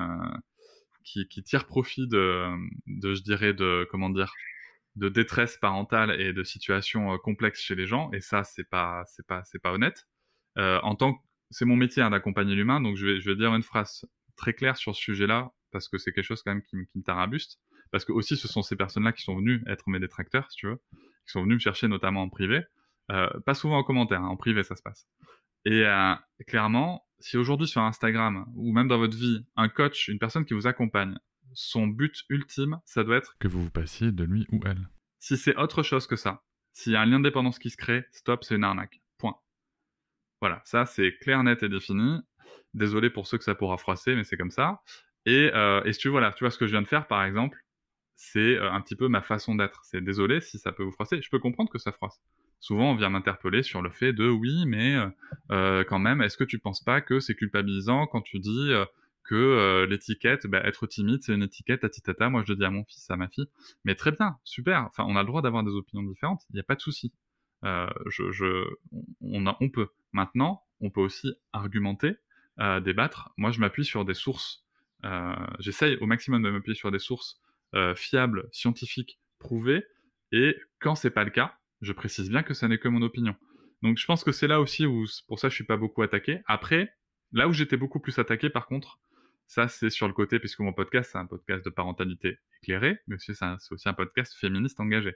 Speaker 1: qui, qui tirent profit de, de, je dirais, de, comment dire, de détresse parentale et de situations euh, complexes chez les gens. Et ça, c'est pas, c'est pas, c'est pas honnête. Euh, en tant que c'est mon métier hein, d'accompagner l'humain, donc je vais, je vais dire une phrase très claire sur ce sujet-là parce que c'est quelque chose quand même qui, qui me tarabuste. Parce que aussi, ce sont ces personnes-là qui sont venues être mes détracteurs, si tu veux, qui sont venues me chercher notamment en privé, euh, pas souvent en commentaire, hein, en privé ça se passe. Et euh, clairement, si aujourd'hui sur Instagram ou même dans votre vie, un coach, une personne qui vous accompagne, son but ultime, ça doit être que vous vous passiez de lui ou elle. Si c'est autre chose que ça, s'il y a un lien de dépendance qui se crée, stop, c'est une arnaque. Point. Voilà, ça c'est clair, net et défini. Désolé pour ceux que ça pourra froisser, mais c'est comme ça. Et, euh, et si tu, voilà, tu vois ce que je viens de faire, par exemple, c'est euh, un petit peu ma façon d'être. C'est désolé si ça peut vous froisser. Je peux comprendre que ça froisse. Souvent, on vient m'interpeller sur le fait de oui, mais euh, quand même, est-ce que tu penses pas que c'est culpabilisant quand tu dis euh, que euh, l'étiquette, bah, être timide, c'est une étiquette à titata. Moi, je le dis à mon fils, à ma fille. Mais très bien, super. Enfin, on a le droit d'avoir des opinions différentes. Il n'y a pas de souci. Euh, je, je, on, a, on peut. Maintenant, on peut aussi argumenter, euh, débattre. Moi, je m'appuie sur des sources. Euh, j'essaye au maximum de m'appuyer sur des sources euh, fiables, scientifiques, prouvées. Et quand c'est pas le cas, je précise bien que ça n'est que mon opinion. Donc, je pense que c'est là aussi où, pour ça, je suis pas beaucoup attaqué. Après, là où j'étais beaucoup plus attaqué, par contre, ça, c'est sur le côté, puisque mon podcast, c'est un podcast de parentalité éclairée, mais aussi, c'est, un, c'est aussi un podcast féministe engagé.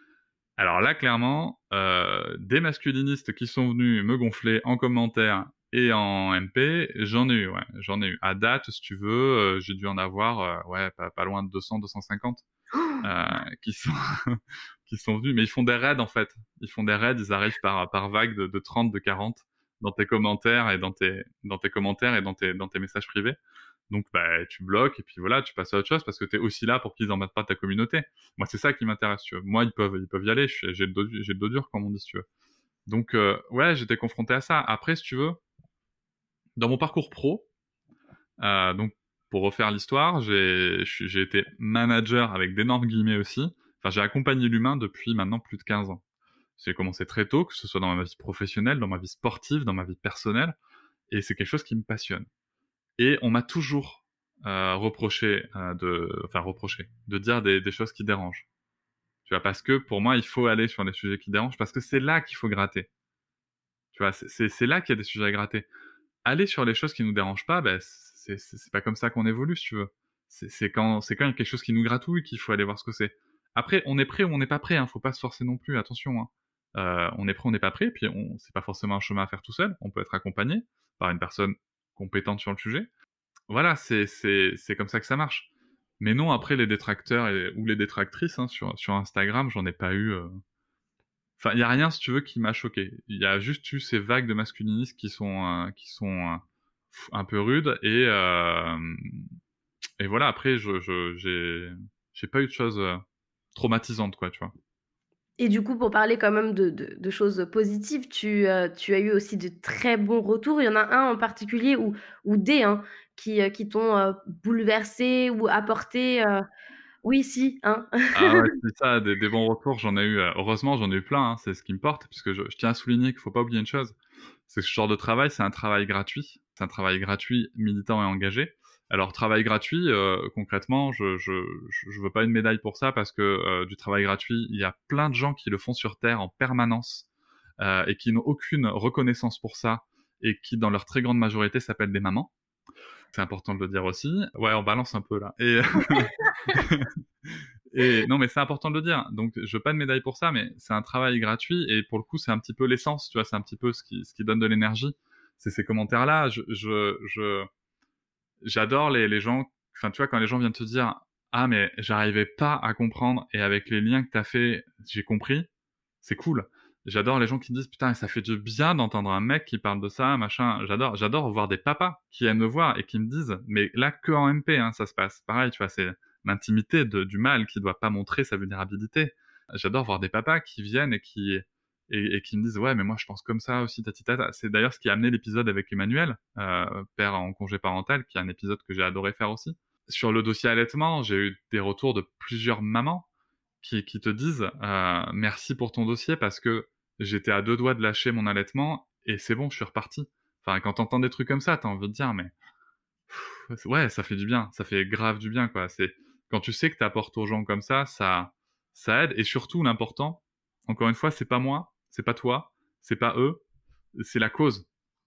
Speaker 1: Alors là, clairement, euh, des masculinistes qui sont venus me gonfler en commentaire et en M P, j'en ai eu, ouais, j'en ai eu. À date, si tu veux, euh, j'ai dû en avoir, euh, ouais, pas, pas loin de deux cents, deux cent cinquante, euh, qui sont, qui sont venus, mais ils font des raids, en fait. Ils font des raids, ils arrivent par, par vague de, de trente, de quarante dans tes commentaires et dans tes, dans tes commentaires et dans tes, dans tes messages privés. Donc, bah, tu bloques et puis voilà, tu passes à autre chose parce que t'es aussi là pour qu'ils embêtent pas ta communauté. Moi, c'est ça qui m'intéresse, tu vois. Moi, ils peuvent, ils peuvent y aller. Je, j'ai le dos, j'ai le dos dur, comme on dit, si tu veux. Donc, euh, ouais, j'étais confronté à ça. Après, si tu veux, dans mon parcours pro, euh, donc, pour refaire l'histoire, j'ai, j'ai été manager avec d'énormes guillemets aussi. Enfin, j'ai accompagné l'humain depuis maintenant plus de quinze ans. J'ai commencé très tôt, que ce soit dans ma vie professionnelle, dans ma vie sportive, dans ma vie personnelle. Et c'est quelque chose qui me passionne. Et on m'a toujours euh, reproché euh, de, enfin reproché, de dire des, des choses qui dérangent. Tu vois, parce que pour moi, il faut aller sur les sujets qui dérangent, parce que c'est là qu'il faut gratter. Tu vois, c'est, c'est, c'est là qu'il y a des sujets à gratter. Aller sur les choses qui nous dérangent pas, ben c'est, c'est, c'est pas comme ça qu'on évolue, si tu veux. C'est, c'est quand, c'est quand il y a quelque chose qui nous gratouille qu'il faut aller voir ce que c'est. Après, on est prêt ou on n'est pas prêt, hein. Faut pas se forcer non plus. Attention, hein. Euh, on est prêt, on n'est pas prêt. Puis on, c'est pas forcément un chemin à faire tout seul. On peut être accompagné par une personne compétente sur le sujet. Voilà, c'est, c'est, c'est comme ça que ça marche. Mais non, après, les détracteurs et, ou les détractrices hein, sur, sur Instagram, j'en ai pas eu... Euh... Enfin, il n'y a rien, si tu veux, qui m'a choqué. Il y a juste eu ces vagues de masculinistes qui sont... Euh, qui sont euh... un peu rude et euh, et voilà. Après, je, je j'ai j'ai pas eu de choses euh, traumatisantes, quoi, tu vois.
Speaker 3: Et du coup, pour parler quand même de de de choses positives, tu, heu, tu as eu aussi de très bons retours. Il y en a un en particulier ou ou des, hein, qui, heu, qui t'ont, heu, bouleversé ou apporté, heu oui, si, hein?
Speaker 1: Ah ouais, c'est ça, des, des bons retours, j'en ai eu, euh, heureusement, j'en ai eu plein, hein, c'est ce qui me porte, puisque je, je tiens à souligner qu'il faut pas oublier une chose, c'est que ce genre de travail, c'est un travail gratuit, c'est un travail gratuit, militant et engagé. Alors, travail gratuit, euh, concrètement, je, je, je je veux pas une médaille pour ça, parce que euh, du travail gratuit, il y a plein de gens qui le font sur Terre en permanence, euh, et qui n'ont aucune reconnaissance pour ça, et qui, dans leur très grande majorité, s'appellent des mamans. C'est important de le dire aussi. Ouais, on balance un peu là. Et Et non, mais c'est important de le dire. Donc, je veux pas de médaille pour ça, mais c'est un travail gratuit et pour le coup, c'est un petit peu l'essence, tu vois, c'est un petit peu ce qui, ce qui donne de l'énergie. C'est ces commentaires-là. Je, je, je, j'adore les, les gens, enfin, tu vois, quand les gens viennent te dire, ah, mais j'arrivais pas à comprendre et avec les liens que t'as fait, j'ai compris. C'est cool. J'adore les gens qui disent, putain, ça fait du bien d'entendre un mec qui parle de ça, machin. J'adore, j'adore voir des papas qui aiment me voir et qui me disent, mais là, que en M P, hein, ça se passe. Pareil, tu vois, c'est l'intimité de, du mâle qui doit pas montrer sa vulnérabilité. J'adore voir des papas qui viennent et qui, et, et qui me disent, ouais, mais moi, je pense comme ça aussi, tatitata. C'est d'ailleurs ce qui a amené l'épisode avec Emmanuel, euh, père en congé parental, qui est un épisode que j'ai adoré faire aussi. Sur le dossier allaitement, j'ai eu des retours de plusieurs mamans qui, qui te disent euh, merci pour ton dossier parce que j'étais à deux doigts de lâcher mon allaitement et c'est bon, je suis reparti. Enfin, quand t'entends des trucs comme ça, t'as envie de dire mais pff, ouais, ça fait du bien, ça fait grave du bien quoi. C'est quand tu sais que t'apportes aux gens comme ça, ça ça aide et surtout l'important, encore une fois, c'est pas moi, c'est pas toi, c'est pas eux, c'est la cause,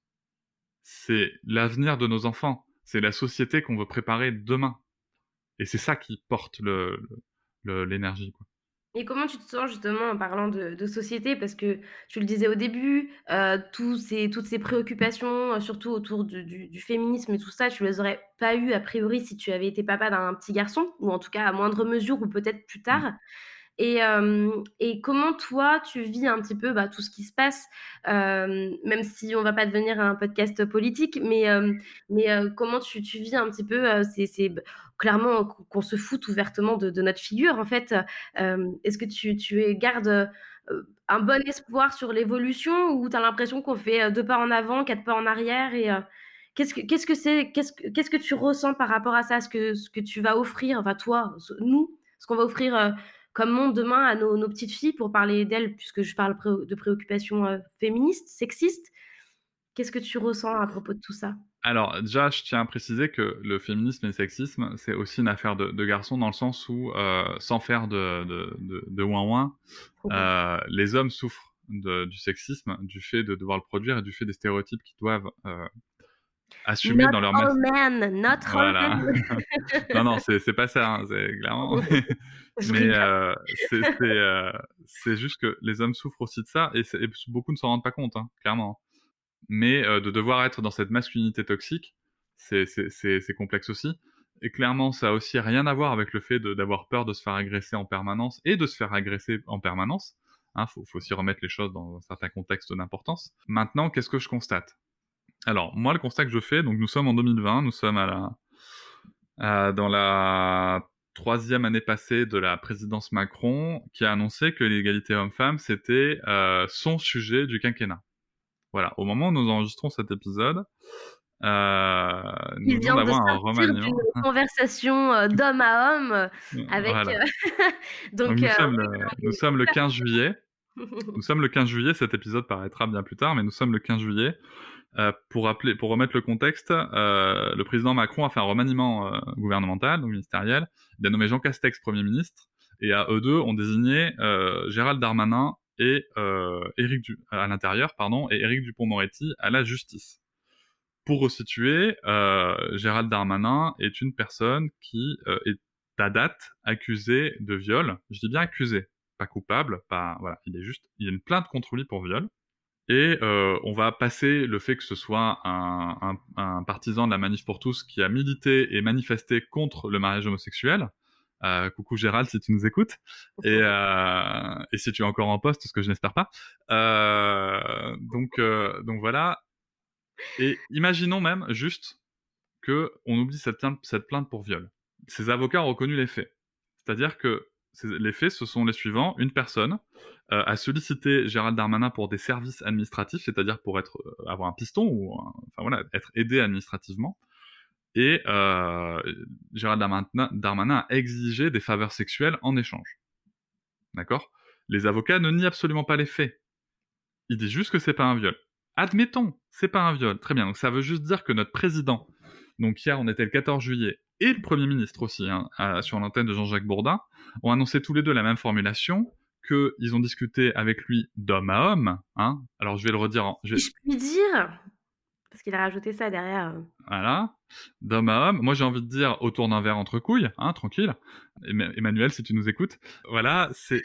Speaker 1: c'est l'avenir de nos enfants, c'est la société qu'on veut préparer demain et c'est ça qui porte le le- l'énergie quoi.
Speaker 3: Et comment tu te sens justement en parlant de de société? Parce que tu le disais au début, heu, tous ces toutes ces préoccupations, heu, surtout autour du du du féminisme et tout ça, tu les aurais pas eues a priori si tu avais été papa d'un petit garçon ou en tout cas à moindre mesure ou peut-être plus
Speaker 1: Mm.
Speaker 3: tard. Et, hem et comment toi, tu vis un petit peu, bah, tout ce qui se passe? Hem, même si on va pas devenir un podcast politique, mais, hem, mais, heu, comment tu tu vis un petit peu, heu, c'est c'est b clairement qu'on qu'on se foute ouvertement de de notre figure, en fait. Hem, est-ce que tu tu es gardes, heu, un bon espoir sur l'évolution ou tu as l'impression qu'on fait, heu, deux pas en avant, quatre pas en arrière et heu, qu'est-ce que qu'est-ce que c'est qu'est-ce que qu'est-ce que tu ressens par rapport à ça? Ce que ce que tu vas offrir, enfin toi, ce nous, ce qu'on va offrir, heu, comme monde demain à nos, nos petites filles pour parler d'elles, puisque je parle pré- de préoccupations euh, féministes, sexistes. Qu'est-ce que tu ressens à propos de tout ça?
Speaker 1: Alors, déjà, je tiens à préciser que le féminisme et le sexisme, c'est aussi une affaire de, de garçons dans le sens où, euh, sans faire de, de, de, de ouin-ouin,
Speaker 3: Mhm.
Speaker 1: euh, les hommes souffrent de, du sexisme, du fait de devoir le produire et du fait des stéréotypes qu'ils doivent euh, assumer
Speaker 3: Not
Speaker 1: dans leur
Speaker 3: all
Speaker 1: mas...
Speaker 3: men, not all
Speaker 1: Voilà.
Speaker 3: men.
Speaker 1: Non, non, c'est c'est pas ça, hein, c'est clairement.
Speaker 3: Je
Speaker 1: Mais
Speaker 3: rigole.
Speaker 1: euh, c'est c'est euh, c'est juste que les hommes souffrent aussi de ça et, c'est- et beaucoup ne s'en rendent pas compte, hein, clairement. Mais euh, de devoir être dans cette masculinité toxique, c'est c'est c'est c'est complexe aussi. Et clairement, ça a aussi rien à voir avec le fait de- d'avoir peur de se faire agresser en permanence et de se faire agresser en permanence. Hein, faut, faut aussi remettre les choses dans un certain contexte d'importance. Maintenant, qu'est-ce que je constate? Alors, moi, le constat que je fais, donc nous sommes en deux mille vingt, nous sommes à la, à- dans la troisième année passée de la présidence Macron, qui a annoncé que l'égalité homme-femme, c'était euh, son sujet du quinquennat. Voilà, au moment où nous enregistrons cet épisode, euh, nous
Speaker 3: Il
Speaker 1: venons
Speaker 3: vient de
Speaker 1: d'avoir un
Speaker 3: sortir
Speaker 1: remaniement.
Speaker 3: d'une conversation euh, d'homme à homme euh, avec.
Speaker 1: Voilà.
Speaker 3: euh,
Speaker 1: Donc
Speaker 3: Donc,
Speaker 1: nous
Speaker 3: euh,
Speaker 1: sommes le, nous sommes le quinze juillet.
Speaker 3: oui.
Speaker 1: Nous sommes le quinze juillet. Cet épisode paraîtra bien plus tard, mais nous sommes le quinze juillet. Euh, pour rappeler, pour remettre le contexte, euh, le président Macron a fait un remaniement euh, gouvernemental, donc ministériel. Il a nommé Jean Castex Premier ministre, et à eux deux ont désigné euh, Gérald Darmanin et euh, Éric du- à l'intérieur, pardon, et Éric Dupond-Moretti à la justice. Pour resituer, euh, Gérald Darmanin est une personne qui euh, est à date accusée de viol. Je dis bien accusé, pas coupable, pas voilà. Il est juste, il y a une plainte contre lui pour viol. Et euh, on va passer le fait que ce soit un, un, un partisan de la Manif pour tous qui a milité et manifesté contre le mariage homosexuel. Euh, coucou Gérald si tu nous écoutes. Et, euh, et si tu es encore en poste, ce que je n'espère pas. Euh, donc, euh, donc voilà. Et imaginons même juste qu'on oublie cette plainte, cette plainte pour viol. Ces avocats ont reconnu les faits. C'est-à-dire que les faits, ce sont les suivants. Une personne euh, a sollicité Gérald Darmanin pour des services administratifs, c'est-à-dire pour être, euh, avoir un piston, ou un, enfin voilà, être aidé administrativement. Et euh, Gérald Darmanin, Darmanin a exigé des faveurs sexuelles en échange. D'accord ? Les avocats ne nient absolument pas les faits. Ils disent juste que c'est pas un viol. Admettons, c'est pas un viol. Très bien. Donc ça veut juste dire que notre président, donc hier on était le quatorze juillet, et le Premier ministre aussi, hein, à, sur l'antenne de Jean-Jacques Bourdin, ont annoncé tous les deux la même formulation, qu'ils ont discuté avec lui d'homme à homme. Hein. Alors je vais le redire. En, je...
Speaker 3: Si je puis dire, parce qu'il a rajouté ça derrière.
Speaker 1: Voilà, d'homme à homme. Moi j'ai envie de dire autour d'un verre entre couilles, hein, tranquille. Emmanuel, si tu nous écoutes. Voilà, c'est...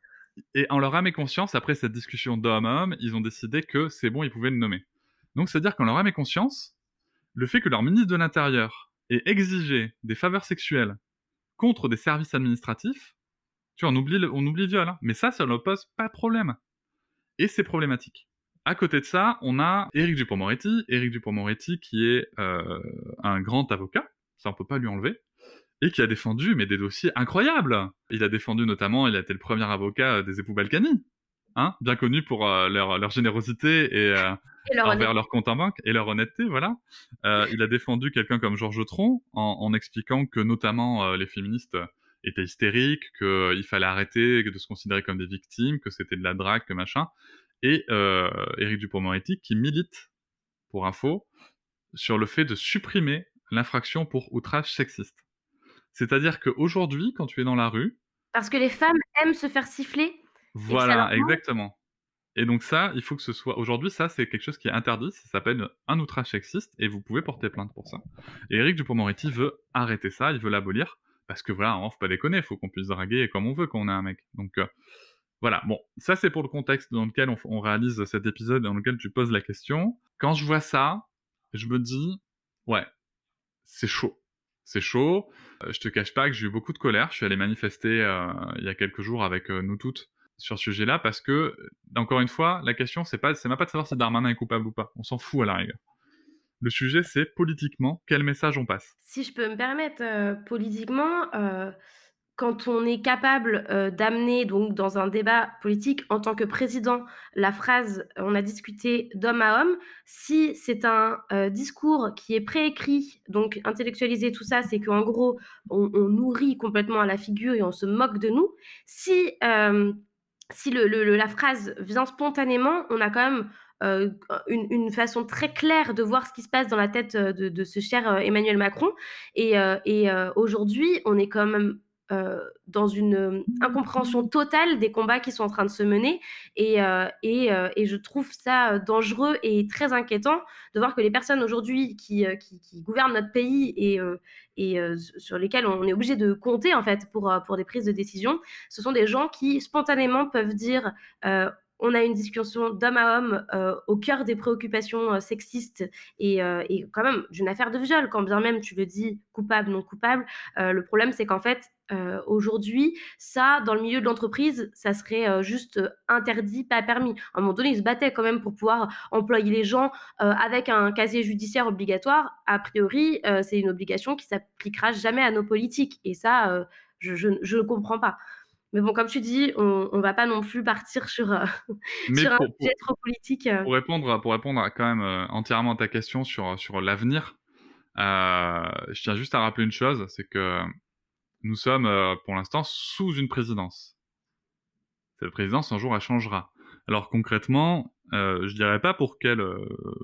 Speaker 1: Et en leur âme et conscience, après cette discussion d'homme à homme, ils ont décidé que c'est bon, ils pouvaient le nommer. Donc c'est-à-dire qu'en leur âme et conscience, le fait que leur ministre de l'Intérieur ait exigé des faveurs sexuelles contre des services administratifs, tu vois, on oublie, le, on oublie viol, hein, mais ça, ça ne pose pas de problème. Et c'est problématique. À côté de ça, on a Éric Dupond-Moretti, Éric Dupond-Moretti qui est euh, un grand avocat, ça on peut pas lui enlever, et qui a défendu mais des dossiers incroyables. Il a défendu notamment, il a été le premier avocat des époux Balkany, hein, bien connu pour euh, leur, leur générosité et, euh, et leur envers leur compte en banque et leur honnêteté, voilà. Euh, il a défendu quelqu'un comme Georges Tron en, en expliquant que notamment euh, les féministes étaient hystériques, qu'il fallait arrêter de se considérer comme des victimes, que c'était de la drague, que machin. Et euh, Éric Dupond-Moretti qui milite, pour info, sur le fait de supprimer l'infraction pour outrage sexiste. C'est-à-dire qu'aujourd'hui, quand tu es dans la rue...
Speaker 3: Parce que les femmes aiment se faire siffler.
Speaker 1: Voilà, exactement. Et donc ça, il faut que ce soit... Aujourd'hui, ça, c'est quelque chose qui est interdit. Ça s'appelle un outrage sexiste et vous pouvez porter plainte pour ça. Et Éric Dupond-Moretti veut arrêter ça, il veut l'abolir. Parce que voilà, on faut pas déconner, il faut qu'on puisse draguer comme on veut quand on est un mec. Donc euh, voilà, bon, ça c'est pour le contexte dans lequel on, on réalise cet épisode, dans lequel tu poses la question. Quand je vois ça, je me dis, ouais, c'est chaud. C'est chaud. Euh, je te cache pas que j'ai eu beaucoup de colère. Je suis allé manifester euh, il y a quelques jours avec euh, nous toutes sur ce sujet-là parce que, encore une fois, la question c'est pas, c'est même pas de savoir si Darmanin est coupable ou pas. On s'en fout à la rigueur. Le sujet c'est politiquement quel message on passe.
Speaker 3: Si je peux me permettre, euh, politiquement, euh, quand on est capable euh, d'amener donc dans un débat politique en tant que président la phrase « on a discuté d'homme à homme », si c'est un euh, discours qui est préécrit, donc intellectualisé, tout ça, c'est qu'en gros, on, on nourrit complètement à la figure et on se moque de nous. Si, euh, si le, le, la phrase vient spontanément, on a quand même euh, une, une façon très claire de voir ce qui se passe dans la tête de, de ce cher Emmanuel Macron. Et, euh, et euh, aujourd'hui, on est quand même Euh, dans une euh, incompréhension totale des combats qui sont en train de se mener et, euh, et, euh, et je trouve ça dangereux et très inquiétant de voir que les personnes aujourd'hui qui, euh, qui, qui gouvernent notre pays et, euh, et euh, sur lesquelles on est obligé de compter en fait pour, pour des prises de décision, ce sont des gens qui spontanément peuvent dire euh, on a une discussion d'homme à homme euh, au cœur des préoccupations euh, sexistes et, euh, et quand même d'une affaire de viol, quand bien même tu le dis coupable, non coupable. Euh, le problème, c'est qu'en fait, euh, aujourd'hui, ça, dans le milieu de l'entreprise, ça serait euh, juste interdit, pas permis. À un moment donné, ils se battaient quand même pour pouvoir employer les gens euh, avec un casier judiciaire obligatoire. A priori, euh, c'est une obligation qui s'appliquera jamais à nos politiques. Et ça, euh, je ne comprends pas. Mais bon, comme tu dis, on ne va pas non plus partir sur, euh, sur un
Speaker 1: pour,
Speaker 3: sujet trop politique. Euh.
Speaker 1: Pour répondre, pour répondre à quand même euh, entièrement à ta question sur, sur l'avenir, euh, je tiens juste à rappeler une chose, c'est que nous sommes euh, pour l'instant sous une présidence. Cette présidence, un jour, elle changera. Alors concrètement, euh, je dirais pas pour quel euh,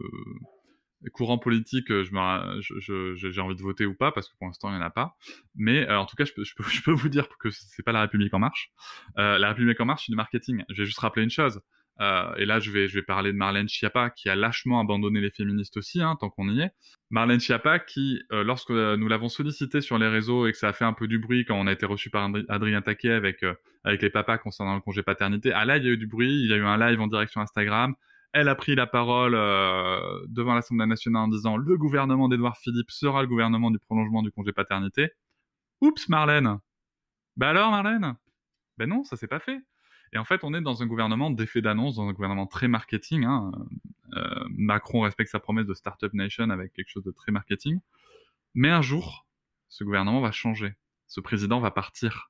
Speaker 1: courant politique je me, je, je, j'ai envie de voter ou pas, parce que pour l'instant, il n'y en a pas. Mais euh, en tout cas, je peux, je, peux, je peux vous dire que c'est pas La République En Marche. Euh, La République En Marche, c'est du marketing. Je vais juste rappeler une chose. Euh, et là, je vais, je vais parler de Marlène Schiappa, qui a lâchement abandonné les féministes aussi, hein, tant qu'on y est. Marlène Schiappa, qui, euh, lorsque nous l'avons sollicité sur les réseaux et que ça a fait un peu du bruit quand on a été reçu par Adrien Taquet avec, euh, avec les papas concernant le congé paternité, ah là, il y a eu du bruit, il y a eu un live en direct sur Instagram. Elle a pris la parole euh, devant l'Assemblée nationale en disant « Le gouvernement d'Édouard Philippe sera le gouvernement du prolongement du congé paternité ». Oups, Marlène. Bah alors, Marlène ? Ben non, ça s'est pas fait. Et en fait, on est dans un gouvernement d'effet d'annonce, dans un gouvernement très marketing. Hein. Euh, Macron respecte sa promesse de Startup Nation avec quelque chose de très marketing. Mais un jour, ce gouvernement va changer. Ce président va partir.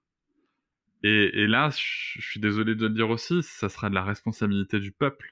Speaker 1: Et, et là, je suis désolé de le dire aussi, ça sera de la responsabilité du peuple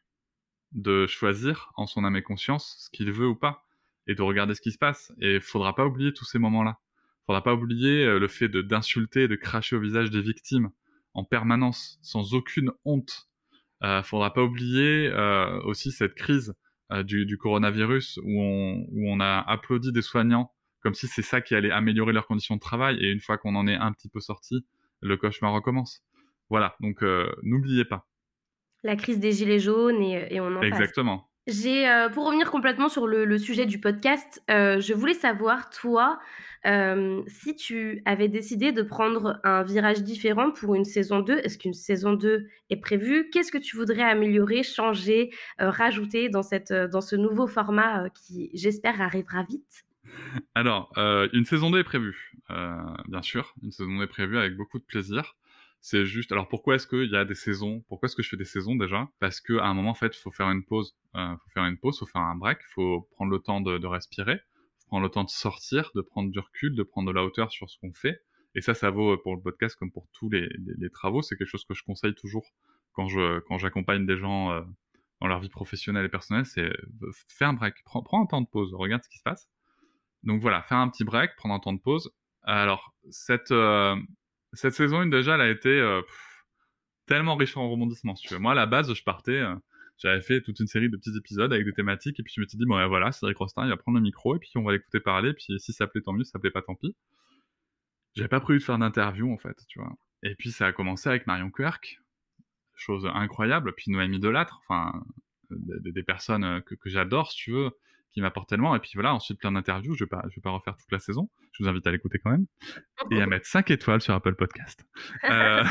Speaker 1: de choisir en son âme et conscience ce qu'il veut ou pas, et de regarder ce qui se passe. Et il faudra pas oublier tous ces moments-là. Il faudra pas oublier le fait de d'insulter, de cracher au visage des victimes en permanence, sans aucune honte. Euh, faudra pas oublier euh, aussi cette crise euh, du, du coronavirus où on, où on a applaudi des soignants comme si c'est ça qui allait améliorer leurs conditions de travail, et une fois qu'on en est un petit peu sorti, le cauchemar recommence. Voilà, donc euh, n'oubliez pas.
Speaker 3: La crise des gilets jaunes et, et on en passe.
Speaker 1: Exactement.
Speaker 3: J'ai, euh, pour revenir complètement sur le, le sujet du podcast, euh, je voulais savoir, toi, euh, si tu avais décidé de prendre un virage différent pour une saison deux, est-ce qu'une saison deux est prévue? Qu'est-ce que tu voudrais améliorer, changer, euh, rajouter dans, cette, dans ce nouveau format euh, qui, j'espère, arrivera vite?
Speaker 1: Alors, euh, une saison deux est prévue, euh, bien sûr. Une saison deux est prévue avec beaucoup de plaisir. C'est juste, alors pourquoi est-ce qu'il y a des saisons? Pourquoi est-ce que je fais des saisons déjà? Parce qu'à un moment, en fait, il faut faire une pause. Euh, faut faire une pause, faut faire un break, faut prendre le temps de, de respirer, faut prendre le temps de sortir, de prendre du recul, de prendre de la hauteur sur ce qu'on fait. Et ça, ça vaut pour le podcast comme pour tous les, les, les travaux. C'est quelque chose que je conseille toujours quand je quand j'accompagne des gens euh, dans leur vie professionnelle et personnelle. C'est euh, faire un break, prends, prends un temps de pause, regarde ce qui se passe. Donc voilà, faire un petit break, prendre un temps de pause. Alors, cette, euh, cette saison un, déjà, elle a été euh, pff, tellement riche en rebondissements. Si tu veux. Moi, à la base, je partais, euh, j'avais fait toute une série de petits épisodes avec des thématiques, et puis je me suis dit, bon, ouais, voilà, Cédric Rostin, il va prendre le micro, et puis on va l'écouter parler, et puis si ça plaît, tant mieux, si ça plaît pas, tant pis. J'avais pas prévu de faire d'interview, en fait, tu vois. Et puis ça a commencé avec Marion Querc, chose incroyable, puis Noémie Delattre, enfin, des, des personnes que, que j'adore, si tu veux, qui m'apportent tellement. Et puis voilà, ensuite plein d'interviews. Je vais pas, je vais pas refaire toute la saison. Je vous invite à l'écouter quand même et à mettre cinq étoiles sur Apple Podcast. euh...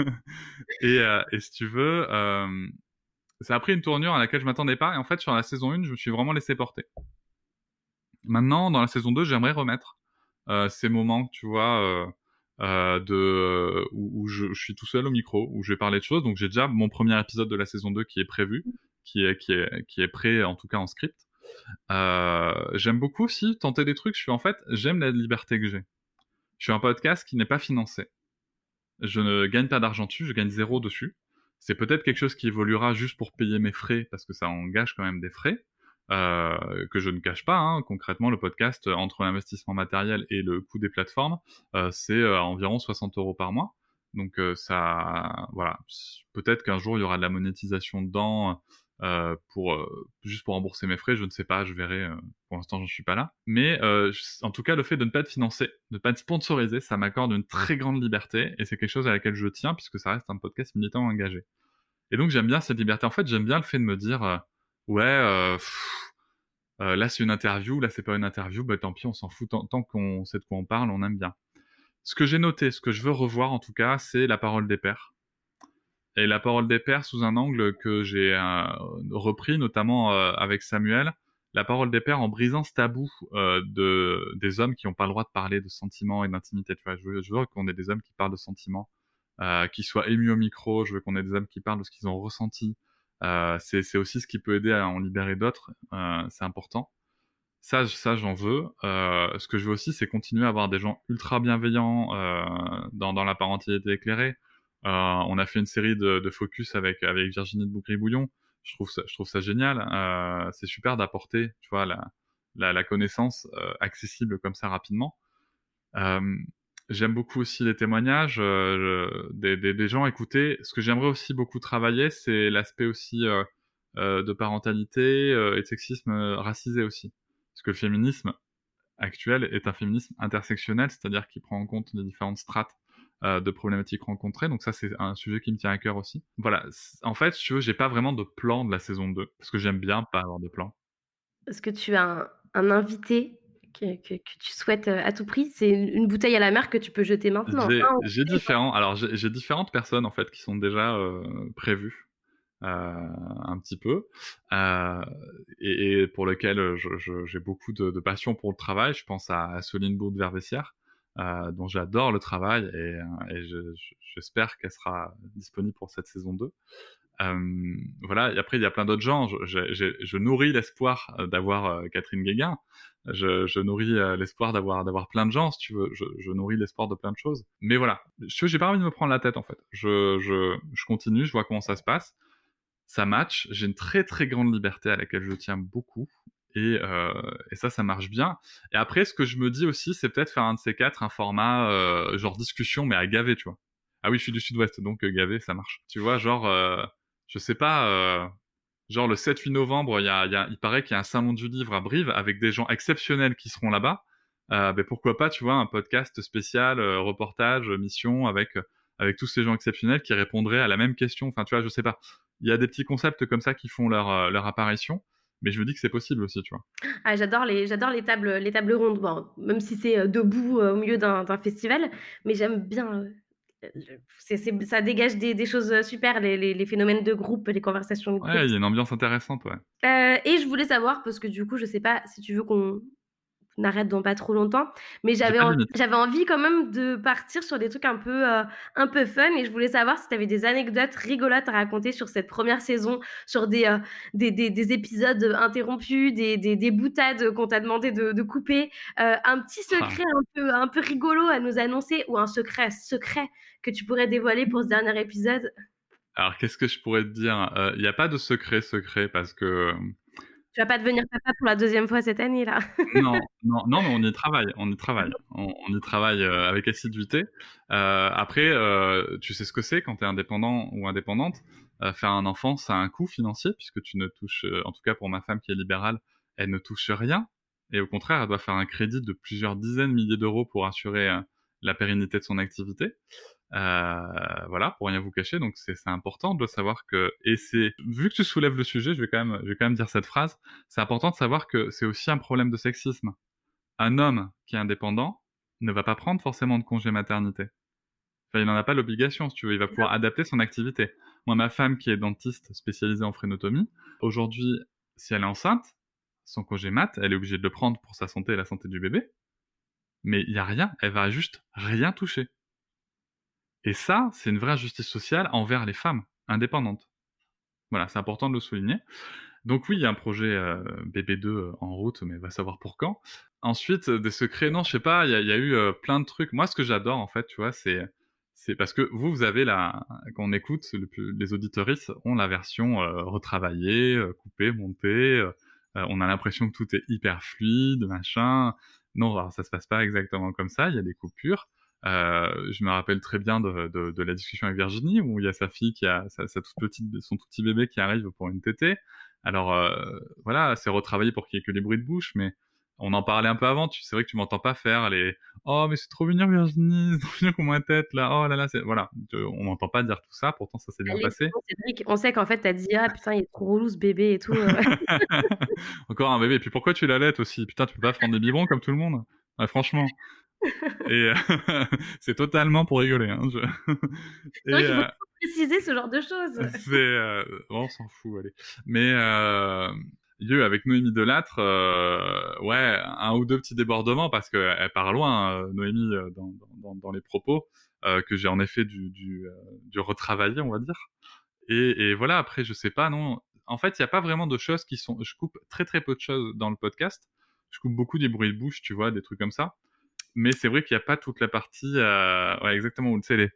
Speaker 1: et, euh, et si tu veux, euh... ça a pris une tournure à laquelle je m'attendais pas. Et en fait, sur la saison un, je me suis vraiment laissé porter. Maintenant, dans la saison deux, j'aimerais remettre euh, ces moments, tu vois, euh, euh, de où, où je, je suis tout seul au micro, où je vais parler de choses. Donc j'ai déjà mon premier épisode de la saison deux qui est prévu, qui est qui est qui est prêt, en tout cas en script. Euh, j'aime beaucoup aussi tenter des trucs. Je suis en fait, j'aime la liberté que j'ai. Je suis un podcast qui n'est pas financé. Je ne gagne pas d'argent dessus, je gagne zéro dessus. C'est peut-être quelque chose qui évoluera juste pour payer mes frais, parce que ça engage quand même des frais, euh, que je ne cache pas. Hein. Concrètement, le podcast, entre l'investissement matériel et le coût des plateformes, euh, c'est euh, environ soixante euros par mois. Donc euh, ça, voilà. Peut-être qu'un jour il y aura de la monétisation dedans. Euh, pour euh, juste pour rembourser mes frais, je ne sais pas, je verrai. Euh, pour l'instant, j'en suis pas là. Mais euh, en tout cas, le fait de ne pas être financé, de ne pas être sponsorisé, ça m'accorde une très grande liberté, et c'est quelque chose à laquelle je tiens puisque ça reste un podcast militant engagé. Et donc j'aime bien cette liberté. En fait, j'aime bien le fait de me dire, euh, ouais, euh, pff, euh, là c'est une interview, là c'est pas une interview, bah tant pis, on s'en fout. Tant, tant qu'on sait de quoi on parle, on aime bien. Ce que j'ai noté, ce que je veux revoir en tout cas, c'est la parole des pairs. Et la parole des pairs sous un angle que j'ai euh, repris, notamment euh, avec Samuel, la parole des pairs en brisant ce tabou euh, de, des hommes qui n'ont pas le droit de parler de sentiments et d'intimité. Tu vois, je veux, je veux qu'on ait des hommes qui parlent de sentiments, euh, qui soient émus au micro, je veux qu'on ait des hommes qui parlent de ce qu'ils ont ressenti. Euh, c'est, c'est aussi ce qui peut aider à en libérer d'autres, euh, c'est important. Ça, ça j'en veux. Euh, ce que je veux aussi, c'est continuer à avoir des gens ultra bienveillants euh, dans, dans la parentalité éclairée. Euh, on a fait une série de, de focus avec avec Virginie de Bougry-Bouillon. Je trouve ça, je trouve ça génial. Euh, c'est super d'apporter, tu vois, la la, la connaissance euh, accessible comme ça rapidement. Euh, j'aime beaucoup aussi les témoignages euh, des, des des gens écoutés. Ce que j'aimerais aussi beaucoup travailler, c'est l'aspect aussi euh, euh, de parentalité euh, et de sexisme euh, racisé aussi, parce que le féminisme actuel est un féminisme intersectionnel, c'est-à-dire qui prend en compte les différentes strates de problématiques rencontrées. Donc ça, c'est un sujet qui me tient à cœur aussi. Voilà. En fait, si tu veux, j'ai pas vraiment de plan de la saison deux, parce que j'aime bien pas avoir de plan.
Speaker 3: Est-ce que tu as un, un invité que, que, que tu souhaites à tout prix? C'est une, une bouteille à la mer que tu peux jeter maintenant.
Speaker 1: J'ai,
Speaker 3: Ah,
Speaker 1: j'ai différents, alors j'ai, j'ai différentes personnes en fait qui sont déjà euh, prévues. Euh, un petit peu euh, et, et pour lequel je, je, j'ai beaucoup de, de passion pour le travail. Je pense à, à Soline Bourde-Vervessière, euh, dont j'adore le travail et, et je, je, j'espère qu'elle sera disponible pour cette saison deux. Euh, voilà, et après il y a plein d'autres gens. Je, je, je, je nourris l'espoir d'avoir euh, Catherine Guéguen. Je, je nourris euh, l'espoir d'avoir d'avoir plein de gens, si tu veux. Je, je nourris l'espoir de plein de choses. Mais voilà, je j'ai pas envie de me prendre la tête en fait. Je, je, je continue, je vois comment ça se passe. Ça match. J'ai une très très grande liberté à laquelle je tiens beaucoup. Et, euh, et ça, ça marche bien. Et après, ce que je me dis aussi, c'est peut-être faire un de ces quatre, un format euh, genre discussion, mais à gaver, tu vois. Ah oui, je suis du Sud-Ouest, donc euh, gaver, ça marche. Tu vois, genre, euh, je sais pas, euh, genre le sept huit novembre, il y a, il y a, il paraît qu'il y a un salon du livre à Brive avec des gens exceptionnels qui seront là-bas. Euh, ben pourquoi pas, tu vois, un podcast spécial, euh, reportage, mission, avec, euh, avec tous ces gens exceptionnels qui répondraient à la même question. Enfin, tu vois, je sais pas. Il y a des petits concepts comme ça qui font leur, euh, leur apparition. Mais je me dis que c'est possible aussi, tu vois.
Speaker 3: Ah, j'adore les j'adore les tables, les tables rondes, bon, même si c'est, heu, debout, heu, au milieu d'un d'un festival, mais j'aime bien, heu, le c'est c'est ça dégage des des choses, heu, super, les les les phénomènes de groupe, les conversations de groupe.
Speaker 1: Ouais, il y a une ambiance intéressante, ouais.
Speaker 3: Heu et je voulais savoir, parce que du coup, je sais pas si tu veux qu'on n'arrête dans pas trop longtemps, mais
Speaker 1: J'ai
Speaker 3: j'avais
Speaker 1: pas de
Speaker 3: en
Speaker 1: limite.
Speaker 3: j'avais envie quand même de partir sur des trucs un peu, heu, un peu fun, et je voulais savoir si tu avais des anecdotes rigolotes à raconter sur cette première saison, sur des, heu, des des des épisodes, interrompus, des des des boutades qu'on t'a demandé de de couper, heu, un petit
Speaker 1: Ah.
Speaker 3: secret un peu un peu rigolo à nous annoncer, ou un secret secret que tu pourrais dévoiler pour ce dernier épisode?
Speaker 1: Alors, qu'est-ce que je pourrais te dire? Heu, il y a pas de secret, secret parce que, hem,
Speaker 3: Tu vas pas devenir papa pour la deuxième fois cette année là?
Speaker 1: non, non, non, mais on y travaille, on y travaille. On on y travaille, heu, avec assiduité. Heu, après, heu, tu sais ce que c'est quand tu es indépendant ou indépendante. Heu, faire un enfant, ça a un coût financier puisque tu ne touches, heu, en tout cas pour ma femme qui est libérale, elle ne touche rien et au contraire, elle doit faire un crédit de plusieurs dizaines de milliers d'euros pour assurer, heu, la pérennité de son activité. Euh, voilà, pour rien vous cacher. Donc c'est c'est important de savoir que, et c'est, vu que tu soulèves le sujet, je vais quand même, je vais quand même dire cette phrase. C'est important de savoir que c'est aussi un problème de sexisme. Un homme qui est indépendant ne va pas prendre forcément de congé maternité. Enfin, il n'en a pas l'obligation, si tu veux. Il va pouvoir adapter son activité. Moi, ma femme qui est dentiste spécialisée en frénotomie, aujourd'hui, si elle est enceinte, son congé mat, elle est obligée de le prendre pour sa santé et la santé du bébé. Mais il y a rien. Elle va juste rien toucher. Et ça, c'est une vraie injustice sociale envers les femmes indépendantes. Voilà, c'est important de le souligner. Donc oui, il y a un projet euh, B B deux euh, en route, mais va savoir pour quand. Ensuite, euh, des secrets, non, je sais pas, il y a, il y a eu euh, plein de trucs. Moi, ce que j'adore, en fait, tu vois, c'est c'est parce que vous, vous avez la, quand on écoute, le, les auditeuristes ont la version euh, retravaillée, euh, coupée, montée. Euh, euh, on a l'impression que tout est hyper fluide, machin. Non, alors ça se passe pas exactement comme ça. Il y a des coupures. Euh, je me rappelle très bien de, de, de la discussion avec Virginie où il y a sa fille qui a sa, sa toute petite, son tout petit bébé qui arrive pour une tétée. Alors euh, voilà, c'est retravaillé pour qu'il y ait que les bruits de bouche, mais on en parlait un peu avant. Tu, c'est vrai que tu m'entends pas faire les oh mais c'est trop mignon Virginie, c'est trop mignon comment elle tête là, oh là là, c'est voilà, tu, on m'entend pas dire tout ça. Pourtant ça s'est bien
Speaker 3: Allez, c'est
Speaker 1: passé.
Speaker 3: bon Cédric, on sait qu'en fait tu as dit: «Ah putain, il est trop relou ce bébé et tout», heu.
Speaker 1: Encore un bébé. Et puis pourquoi tu l'allaites aussi? Putain, tu peux pas prendre des biberons comme tout le monde. Ouais, franchement. Et c'est totalement pour rigoler. Hein, je...
Speaker 3: C'est
Speaker 1: Et
Speaker 3: vrai qu'il faut
Speaker 1: euh,
Speaker 3: toujours préciser ce genre de choses.
Speaker 1: c'est, euh, on s'en fout, allez. Mais euh, Dieu, avec Noémie Delattre, euh, ouais, un ou deux petits débordements parce que elle part loin, euh, Noémie, euh, dans, dans, dans les propos euh, que j'ai en effet du, du, euh, du retravailler, on va dire. Et, et voilà, après, je sais pas, non. En fait, il y a pas vraiment de choses qui sont. Je coupe très très peu de choses dans le podcast. Je coupe beaucoup des bruits de bouche, tu vois, des trucs comme ça. Mais c'est vrai qu'il n'y a pas toute la partie, euh, ouais, exactement, où tu sais les.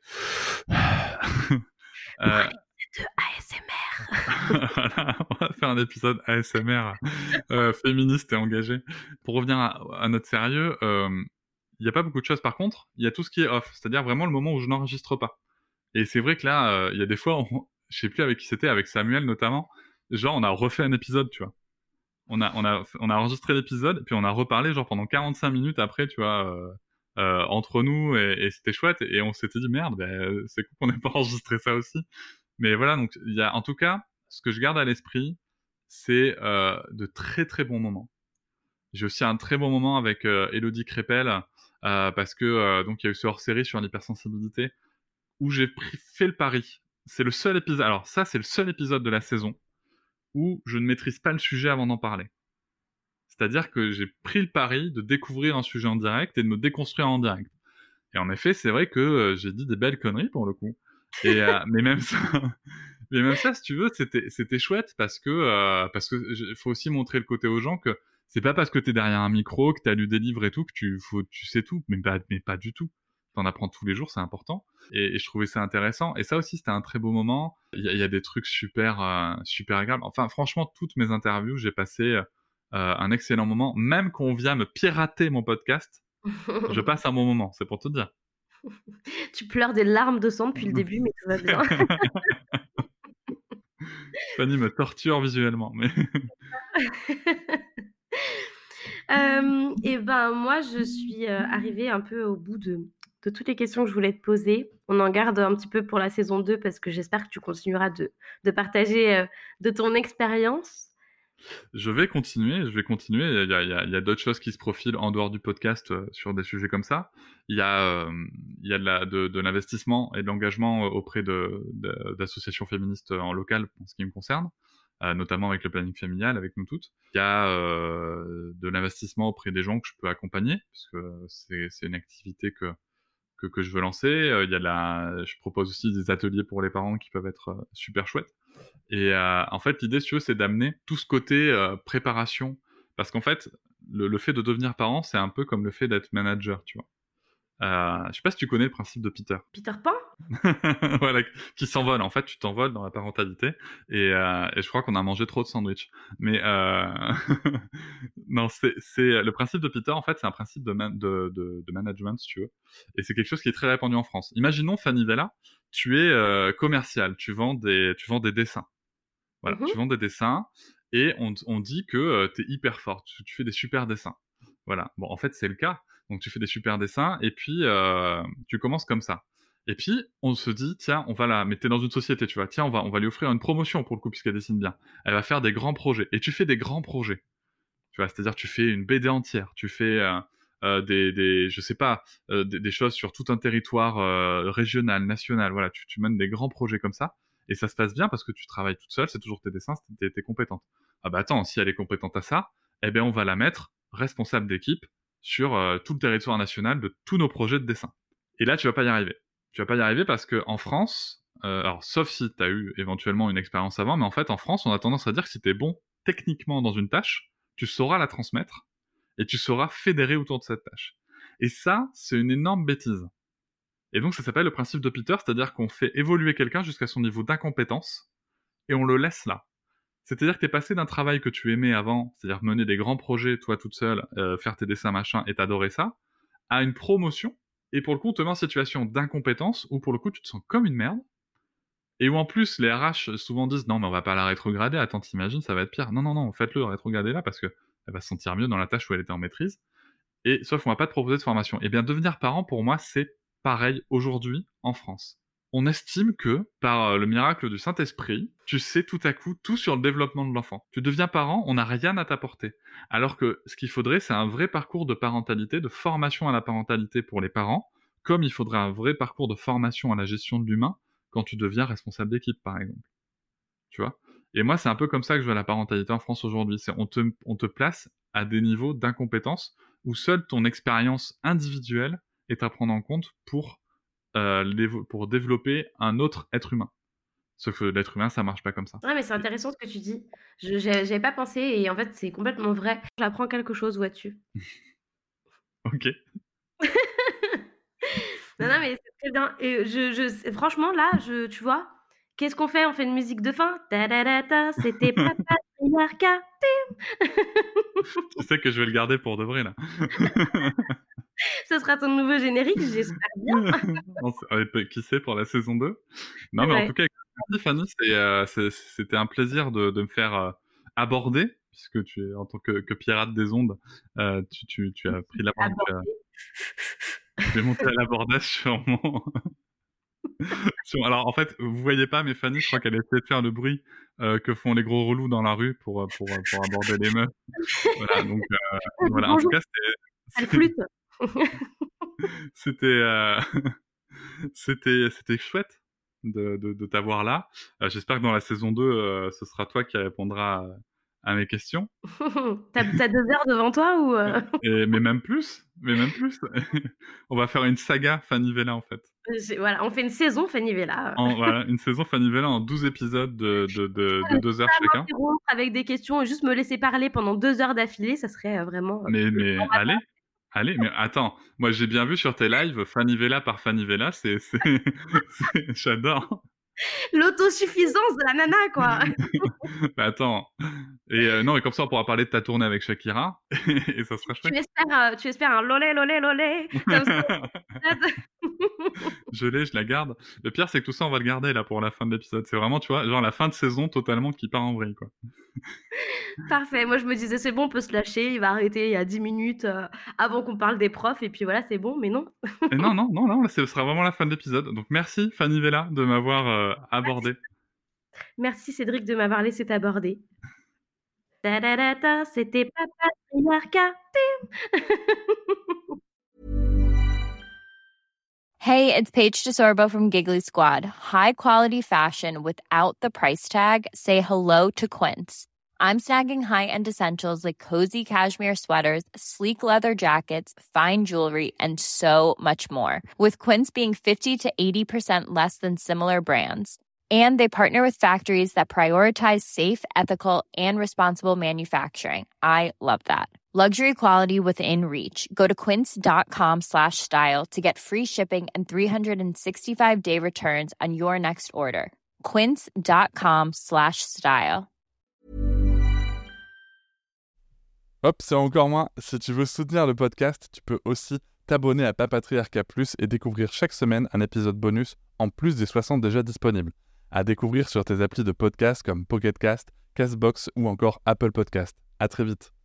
Speaker 1: euh,
Speaker 3: De A S M R.
Speaker 1: voilà, on va faire un épisode A S M R euh, féministe et engagé. Pour revenir à, à notre sérieux, il euh, n'y a pas beaucoup de choses. Par contre, il y a tout ce qui est off, c'est-à-dire vraiment le moment où je n'enregistre pas. Et c'est vrai que là, il euh, y a des fois, on, je sais plus avec qui c'était, avec Samuel notamment, genre on a refait un épisode, tu vois. On a, on a, on a enregistré l'épisode, puis on a reparlé genre pendant quarante-cinq minutes après, tu vois, euh, euh, entre nous, et, et c'était chouette. Et on s'était dit merde, ben, c'est cool qu'on n'ait pas enregistré ça aussi. Mais voilà, donc il y a, en tout cas, ce que je garde à l'esprit, c'est euh, de très très bons moments. J'ai aussi un très bon moment avec euh, Élodie Crépel, euh, parce que euh, donc il y a eu ce hors-série sur l'hypersensibilité où j'ai pris, fait le pari. C'est le seul épisode. Alors ça, c'est le seul épisode de la saison où je ne maîtrise pas le sujet avant d'en parler. C'est-à-dire que j'ai pris le pari de découvrir un sujet en direct et de me déconstruire en direct. Et en effet, c'est vrai que euh, j'ai dit des belles conneries pour le coup. Et euh, mais même ça, mais même ça, si tu veux, c'était c'était chouette parce que euh, parce que il faut aussi montrer le côté aux gens que c'est pas parce que t'es derrière un micro, que t'as lu des livres et tout, que tu faut tu sais tout, mais pas mais pas du tout. T'en apprends tous les jours, c'est important. Et, et je trouvais ça intéressant. Et ça aussi, c'était un très beau moment. Il y a, il y a des trucs super euh, super agréables. Enfin, franchement, toutes mes interviews, j'ai passé euh, un excellent moment. Même quand on vient me pirater mon podcast, je passe un bon moment. C'est pour te dire.
Speaker 3: Tu pleures des larmes de sang depuis le début, mais tout va bien.
Speaker 1: Fanny me torture visuellement, mais
Speaker 3: Euh, et ben moi, je suis euh, arrivée un peu au bout de, de toutes les questions que je voulais te poser. On en garde un petit peu pour la saison deux parce que j'espère que tu continueras de, de partager euh, de ton expérience.
Speaker 1: je vais continuer, je vais continuer. Il y a, il y a, il y a d'autres choses qui se profilent en dehors du podcast euh, sur des sujets comme ça. Il y a, euh, il y a de, la, de, de l'investissement et de l'engagement euh, auprès de, de, d'associations féministes en local, en ce qui me concerne, euh, notamment avec le planning familial, avec nous toutes. Il y a euh, de l'investissement auprès des gens que je peux accompagner, parce que c'est, c'est une activité que, que, que je veux lancer. Euh, il y a de la, je propose aussi des ateliers pour les parents qui peuvent être euh, super chouettes. Et euh, en fait, l'idée, si tu veux, c'est d'amener tout ce côté euh, préparation. Parce qu'en fait, le, le fait de devenir parent, c'est un peu comme le fait d'être manager, tu vois. Euh, je sais pas si tu connais le principe de Peter.
Speaker 3: Peter Pan?
Speaker 1: Voilà, qui s'envole. En fait, tu t'envoles dans la parentalité. Et, euh, et je crois qu'on a mangé trop de sandwich. Mais euh... non, c'est, c'est le principe de Peter. En fait, c'est un principe de, man- de, de, de management, si tu veux. Et c'est quelque chose qui est très répandu en France. Imaginons, Fanny Vella, tu es euh, commercial, tu vends des, tu vends des dessins. Voilà, tu
Speaker 3: Mhm.
Speaker 1: vends des dessins et on, on dit que euh, tu es hyper fort, tu, tu fais des super dessins. Voilà, bon, en fait, c'est le cas. Donc, tu fais des super dessins et puis euh, tu commences comme ça. Et puis, on se dit, tiens, on va la... Mais t'es dans une société, tu vois. Tiens, on va, on va lui offrir une promotion pour le coup, puisqu'elle dessine bien. Elle va faire des grands projets. Et tu fais des grands projets. Tu vois, c'est-à-dire, tu fais une B D entière. Tu fais euh, euh, des, des, je sais pas, euh, des, des choses sur tout un territoire euh, régional, national. Voilà, tu, tu mènes des grands projets comme ça. Et ça se passe bien parce que tu travailles toute seule, c'est toujours tes dessins, t'es, t'es compétente. Ah bah attends, si elle est compétente à ça, eh ben on va la mettre responsable d'équipe sur euh, tout le territoire national de tous nos projets de dessin. Et là, tu vas pas y arriver. Tu vas pas y arriver parce que en France, euh, alors sauf si tu as eu éventuellement une expérience avant, mais en fait en France, on a tendance à dire que si tu es bon techniquement dans une tâche, tu sauras la transmettre et tu sauras fédérer autour de cette tâche. Et ça, c'est une énorme bêtise. Et donc ça s'appelle le principe de Peter, c'est-à-dire qu'on fait évoluer quelqu'un jusqu'à son niveau d'incompétence et on le laisse là. C'est-à-dire que t'es passé d'un travail que tu aimais avant, c'est-à-dire mener des grands projets toi toute seule, euh, faire tes dessins machin et t'adorer ça, à une promotion, et pour le coup on te met en situation d'incompétence où pour le coup tu te sens comme une merde, et où en plus les R H souvent disent non mais on va pas la rétrograder, attends t'imagines ça va être pire, non non non faites-le rétrograder là parce que elle va se sentir mieux dans la tâche où elle était en maîtrise, et sauf qu'on va pas te proposer de formation. Et bien devenir parent pour moi c'est pareil aujourd'hui en France. On estime que, par le miracle du Saint-Esprit, tu sais tout à coup tout sur le développement de l'enfant. Tu deviens parent, on n'a rien à t'apporter. Alors que ce qu'il faudrait, c'est un vrai parcours de parentalité, de formation à la parentalité pour les parents, comme il faudrait un vrai parcours de formation à la gestion de l'humain quand tu deviens responsable d'équipe, par exemple. Tu vois ? Et moi, c'est un peu comme ça que je vois la parentalité en France aujourd'hui. C'est on te, on te place à des niveaux d'incompétence où seule ton expérience individuelle est à prendre en compte pour euh, pour développer un autre être humain. Sauf que l'être humain, ça marche pas comme ça.
Speaker 3: Ouais, mais c'est intéressant ce que tu dis. Je j'ai- j'avais pas pensé et en fait, c'est complètement vrai. J'apprends quelque chose, vois-tu.
Speaker 1: Ok.
Speaker 3: Non, non, mais c'est très bien. Et je, je, c'est- franchement, là, je, tu vois, qu'est-ce qu'on fait? On fait une musique de fin. Ta da da ta, c'était pas patriarcat.
Speaker 1: Tu sais que je vais le garder pour de vrai, là.
Speaker 3: Ce sera ton nouveau générique, j'espère bien.
Speaker 1: On sait- euh, qui sait pour la saison deux. Non, mais en
Speaker 3: Ouais.
Speaker 1: tout cas, merci Fanny, c'est, euh, c'est- c'était un plaisir de, de me faire euh, aborder, puisque tu es, en tant que, que pirate des ondes, euh, tu, tu, tu as pris la parole, tu as,
Speaker 3: Aborder.
Speaker 1: tu es monté à l'abordage sur mon... sur- Alors, en fait, vous voyez pas, mais Fanny, je crois qu'elle essaie de faire le bruit euh, que font les gros relous dans la rue pour, euh, pour, euh, pour aborder les meufs. Voilà, donc euh,
Speaker 3: Elle dit
Speaker 1: voilà. En tout
Speaker 3: bonjour,
Speaker 1: cas,
Speaker 3: elle
Speaker 1: c'était,
Speaker 3: flûte.
Speaker 1: c'était, euh, c'était, c'était chouette de, de, de t'avoir là. Euh, j'espère que dans la saison deux, euh, ce sera toi qui répondra à, à mes questions.
Speaker 3: T'as as deux heures devant toi ou heu?
Speaker 1: Et mais même plus, mais même plus. On va faire une saga Fanny Vella, en fait.
Speaker 3: J'ai voilà, on fait une saison Fanny Vella.
Speaker 1: En voilà, une saison Fanny Vella en douze épisodes de de de de deux heures
Speaker 3: Pas
Speaker 1: chacun.
Speaker 3: m'interrompre avec des questions et juste me laisser parler pendant deux heures d'affilée, ça serait, heu, vraiment, heu,
Speaker 1: Mais
Speaker 3: le
Speaker 1: mais
Speaker 3: format
Speaker 1: allez, allez, mais attends, moi j'ai bien vu sur tes lives Fanny Vella par Fanny Vella, c'est c'est c'est j'adore.
Speaker 3: l'autosuffisance de la nana, quoi.
Speaker 1: Bah, attends et heu, non et comme ça on pourra parler de ta tournée avec Shakira et ça sera
Speaker 3: Tu
Speaker 1: chouette.
Speaker 3: espères, heu, tu espères un lolé, lolé, lolé comme ça.
Speaker 1: Je l'ai, je la garde. Le pire, c'est que tout ça, on va le garder là pour la fin de l'épisode. C'est vraiment, tu vois, genre la fin de saison totalement qui part en vrille, quoi.
Speaker 3: Parfait. Moi, je me disais: «C'est bon, on peut se lâcher, il va arrêter il y a dix minutes, heu, avant qu'on parle des profs et puis voilà, c'est bon», mais non.
Speaker 1: Et non, non, non, non, là, ce sera vraiment la fin de l'épisode. Donc merci Fanny Vella de m'avoir, heu, abordé.
Speaker 3: Merci Cédric de m'avoir laissé t'aborder. Ta da da ta, c'était pas patriarcat.
Speaker 5: Hey, it's Paige DeSorbo from Giggly Squad. High quality fashion without the price tag. Say hello to Quince. I'm snagging high-end essentials like cozy cashmere sweaters, sleek leather jackets, fine jewelry, and so much more. With Quince being fifty to eighty percent less than similar brands. And they partner with factories that prioritize safe, ethical, and responsible manufacturing. I love that. Luxury quality within reach. Go to quince.com slash style to get free shipping and three sixty-five day returns on your next order. Quince.com slash style.
Speaker 6: Hop, c'est encore moins. Si tu veux soutenir le podcast, tu peux aussi t'abonner à Papatriarcat Plus et découvrir chaque semaine un épisode bonus en plus des soixante déjà disponibles. À découvrir sur tes applis de podcast comme Pocket Cast, Castbox ou encore Apple Podcast. À très vite.